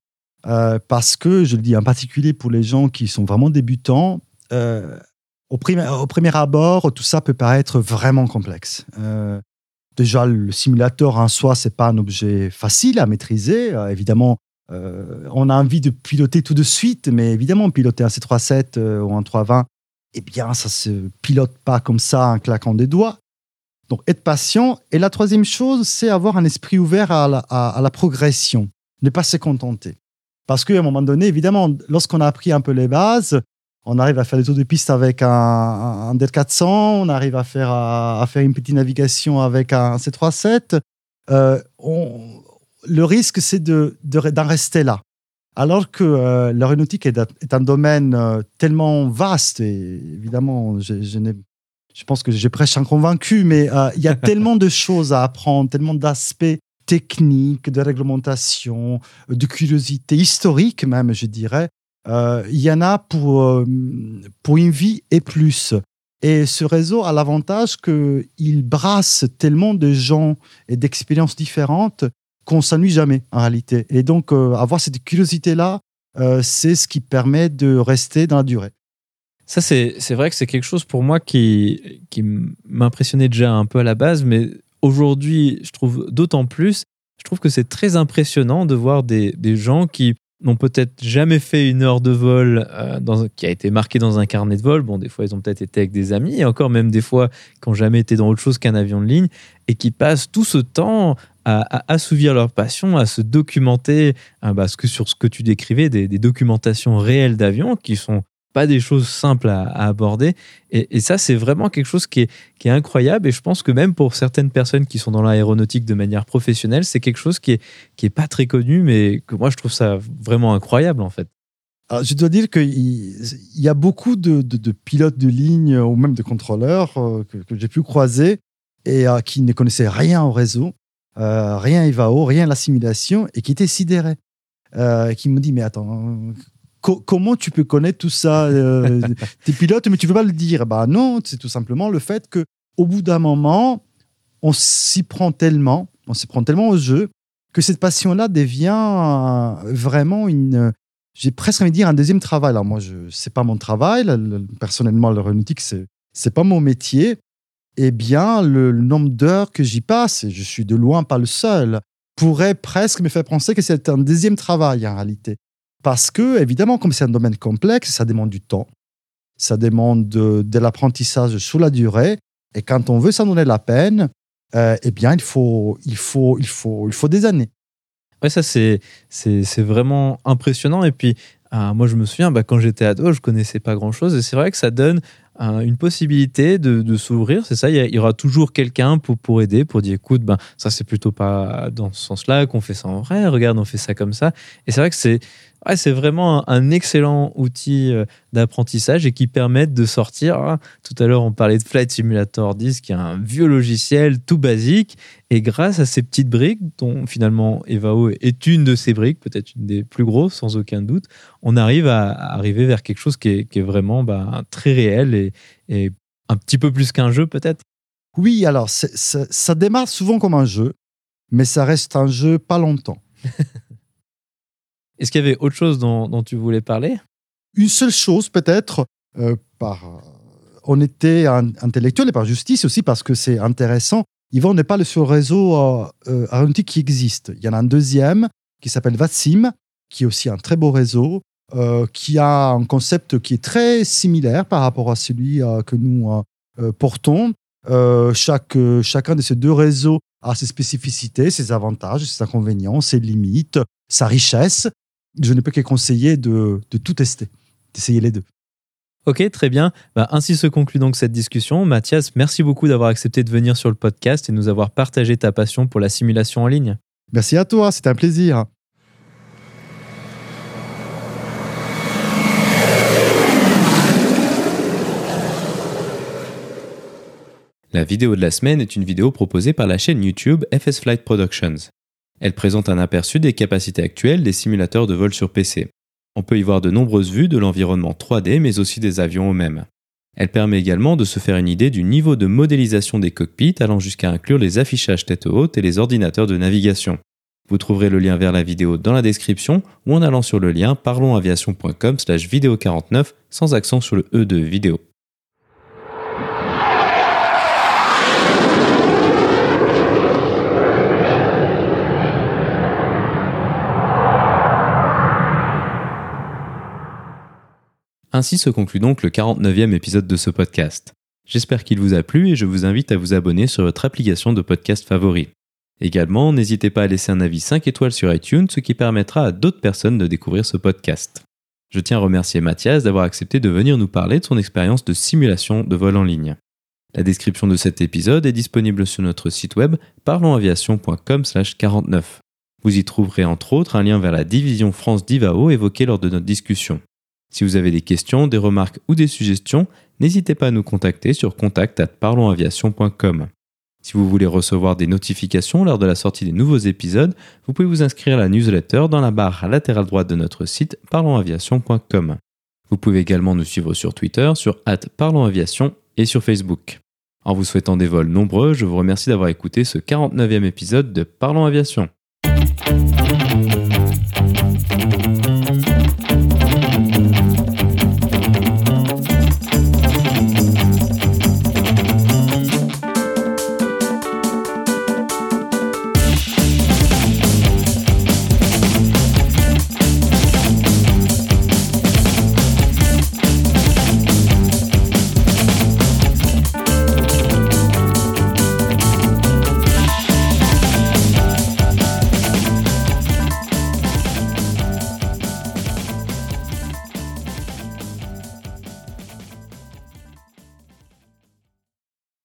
Speaker 2: euh, parce que, je le dis en particulier pour les gens qui sont vraiment débutants, euh, au, premier, au premier abord, tout ça peut paraître vraiment complexe. Euh, déjà, le simulateur en soi, ce n'est pas un objet facile à maîtriser. Euh, évidemment, euh, on a envie de piloter tout de suite, mais évidemment, piloter un C trois cent sept euh, ou un trois cent vingt, eh bien, ça ne se pilote pas comme ça en claquant des doigts. Donc, être patient. Et la troisième chose, c'est avoir un esprit ouvert à la, à, à la progression. Ne pas se contenter. Parce qu'à un moment donné, évidemment, lorsqu'on a appris un peu les bases, on arrive à faire des tours de piste avec un, un, un D quatre cents, on arrive à faire, à, à faire une petite navigation avec un C trois cent sept. Euh, on, le risque, c'est de, de, d'en rester là. Alors que euh, l'aéronautique est, est un domaine euh, tellement vaste, et évidemment, je, je, n'ai, je pense que j'ai presque un convaincu, mais euh, il y a tellement de choses à apprendre, tellement d'aspects techniques, de réglementation, de curiosité historique même, je dirais. Euh, il y en a pour, euh, pour une vie et plus. Et ce réseau a l'avantage qu'il brasse tellement de gens et d'expériences différentes qu'on ne s'ennuie jamais, en réalité. Et donc, euh, avoir cette curiosité-là, euh, c'est ce qui permet de rester dans la durée.
Speaker 1: Ça, c'est, c'est vrai que c'est quelque chose pour moi qui, qui m'impressionnait déjà un peu à la base, mais aujourd'hui, je trouve d'autant plus, je trouve que c'est très impressionnant de voir des, des gens qui n'ont peut-être jamais fait une heure de vol euh, dans, qui a été marquée dans un carnet de vol. Bon, des fois, ils ont peut-être été avec des amis, et encore même des fois, qui n'ont jamais été dans autre chose qu'un avion de ligne, et qui passent tout ce temps à, à assouvir leur passion, à se documenter, hein, bah, ce que, sur ce que tu décrivais, des, des documentations réelles d'avions qui sont pas des choses simples à, à aborder. Et, et ça, c'est vraiment quelque chose qui est, qui est incroyable. Et je pense que même pour certaines personnes qui sont dans l'aéronautique de manière professionnelle, c'est quelque chose qui est, qui est pas très connu, mais que moi, je trouve ça vraiment incroyable, en fait.
Speaker 2: Alors, je dois dire qu'il y a beaucoup de, de, de pilotes de ligne ou même de contrôleurs euh, que, que j'ai pu croiser et euh, qui ne connaissaient rien au réseau, euh, rien à I V A O, rien à la simulation, et qui étaient sidérés. Euh, qui me dit, mais attends, co- comment tu peux connaître tout ça euh, t'es pilote, mais tu ne veux pas le dire. Bah non, c'est tout simplement le fait qu'au bout d'un moment, on s'y prend tellement, on s'y prend tellement au jeu, que cette passion-là devient vraiment une... J'ai presque envie de dire un deuxième travail. Alors moi, ce n'est pas mon travail. Le, le, personnellement, l'aéronautique, ce n'est pas mon métier. Eh bien, le, le nombre d'heures que j'y passe, et je suis de loin pas le seul, pourrait presque me faire penser que c'est un deuxième travail en réalité. Parce que, évidemment, comme c'est un domaine complexe, ça demande du temps. Ça demande de, de l'apprentissage sur la durée. Et quand on veut s'en donner la peine, euh, eh bien, il faut, il, faut, il, faut, il faut des années.
Speaker 1: Ouais, ça, c'est, c'est, c'est vraiment impressionnant. Et puis, euh, moi, je me souviens, bah, quand j'étais ado, je ne connaissais pas grand-chose. Et c'est vrai que ça donne euh, une possibilité de, de s'ouvrir. C'est ça, il y, y aura toujours quelqu'un pour, pour aider, pour dire, écoute, ben, ça, c'est plutôt pas dans ce sens-là qu'on fait ça en vrai. Regarde, on fait ça comme ça. Et c'est vrai que c'est, ouais, c'est vraiment un, un excellent outil euh, d'apprentissage et qui permet de sortir. Hein. Tout à l'heure, on parlait de Flight Simulator dix, qui est un vieux logiciel tout basique. Et grâce à ces petites briques, dont finalement E V A O est une de ces briques, peut-être une des plus grosses, sans aucun doute, on arrive à, à arriver vers quelque chose qui est, qui est vraiment bah, très réel et, et un petit peu plus qu'un jeu, peut-être.
Speaker 2: Oui, alors, c'est, c'est, ça démarre souvent comme un jeu, mais ça reste un jeu pas longtemps.
Speaker 1: Est-ce qu'il y avait autre chose dont, dont tu voulais parler ?
Speaker 2: Une seule chose, peut-être, euh, par honnêteté intellectuelle et par justice aussi, parce que c'est intéressant. Yvan n'est pas le seul réseau euh, euh, aéronautique qui existe. Il y en a un deuxième qui s'appelle VATSIM, qui est aussi un très beau réseau, euh, qui a un concept qui est très similaire par rapport à celui euh, que nous euh, portons. Euh, chaque, euh, chacun de ces deux réseaux a ses spécificités, ses avantages, ses inconvénients, ses limites, sa richesse. Je ne peux que conseiller de, de tout tester, d'essayer les deux.
Speaker 1: Ok, très bien. Bah, ainsi se conclut donc cette discussion. Mathias, merci beaucoup d'avoir accepté de venir sur le podcast et nous avoir partagé ta passion pour la simulation en ligne.
Speaker 2: Merci à toi, c'était un plaisir.
Speaker 1: La vidéo de la semaine est une vidéo proposée par la chaîne YouTube F S Flight Productions. Elle présente un aperçu des capacités actuelles des simulateurs de vol sur P C. On peut y voir de nombreuses vues de l'environnement trois D, mais aussi des avions eux-mêmes. Elle permet également de se faire une idée du niveau de modélisation des cockpits, allant jusqu'à inclure les affichages tête haute et les ordinateurs de navigation. Vous trouverez le lien vers la vidéo dans la description ou en allant sur le lien parlonsaviation.com slash vidéo quarante-neuf sans accent sur le E de vidéo. Ainsi se conclut donc le quarante-neuvième épisode de ce podcast. J'espère qu'il vous a plu et je vous invite à vous abonner sur votre application de podcast favori. Également, n'hésitez pas à laisser un avis cinq étoiles sur iTunes, ce qui permettra à d'autres personnes de découvrir ce podcast. Je tiens à remercier Mathias d'avoir accepté de venir nous parler de son expérience de simulation de vol en ligne. La description de cet épisode est disponible sur notre site web parlonsaviation.com slash quarante-neuf. Vous y trouverez entre autres un lien vers la division France d'Ivao évoquée lors de notre discussion. Si vous avez des questions, des remarques ou des suggestions, n'hésitez pas à nous contacter sur contact arobase parlonsaviation point com. Si vous voulez recevoir des notifications lors de la sortie des nouveaux épisodes, vous pouvez vous inscrire à la newsletter dans la barre latérale droite de notre site parlonsaviation point com. Vous pouvez également nous suivre sur Twitter, sur arobase parlonsaviation et sur Facebook. En vous souhaitant des vols nombreux, je vous remercie d'avoir écouté ce quarante-neuvième épisode de Parlons Aviation.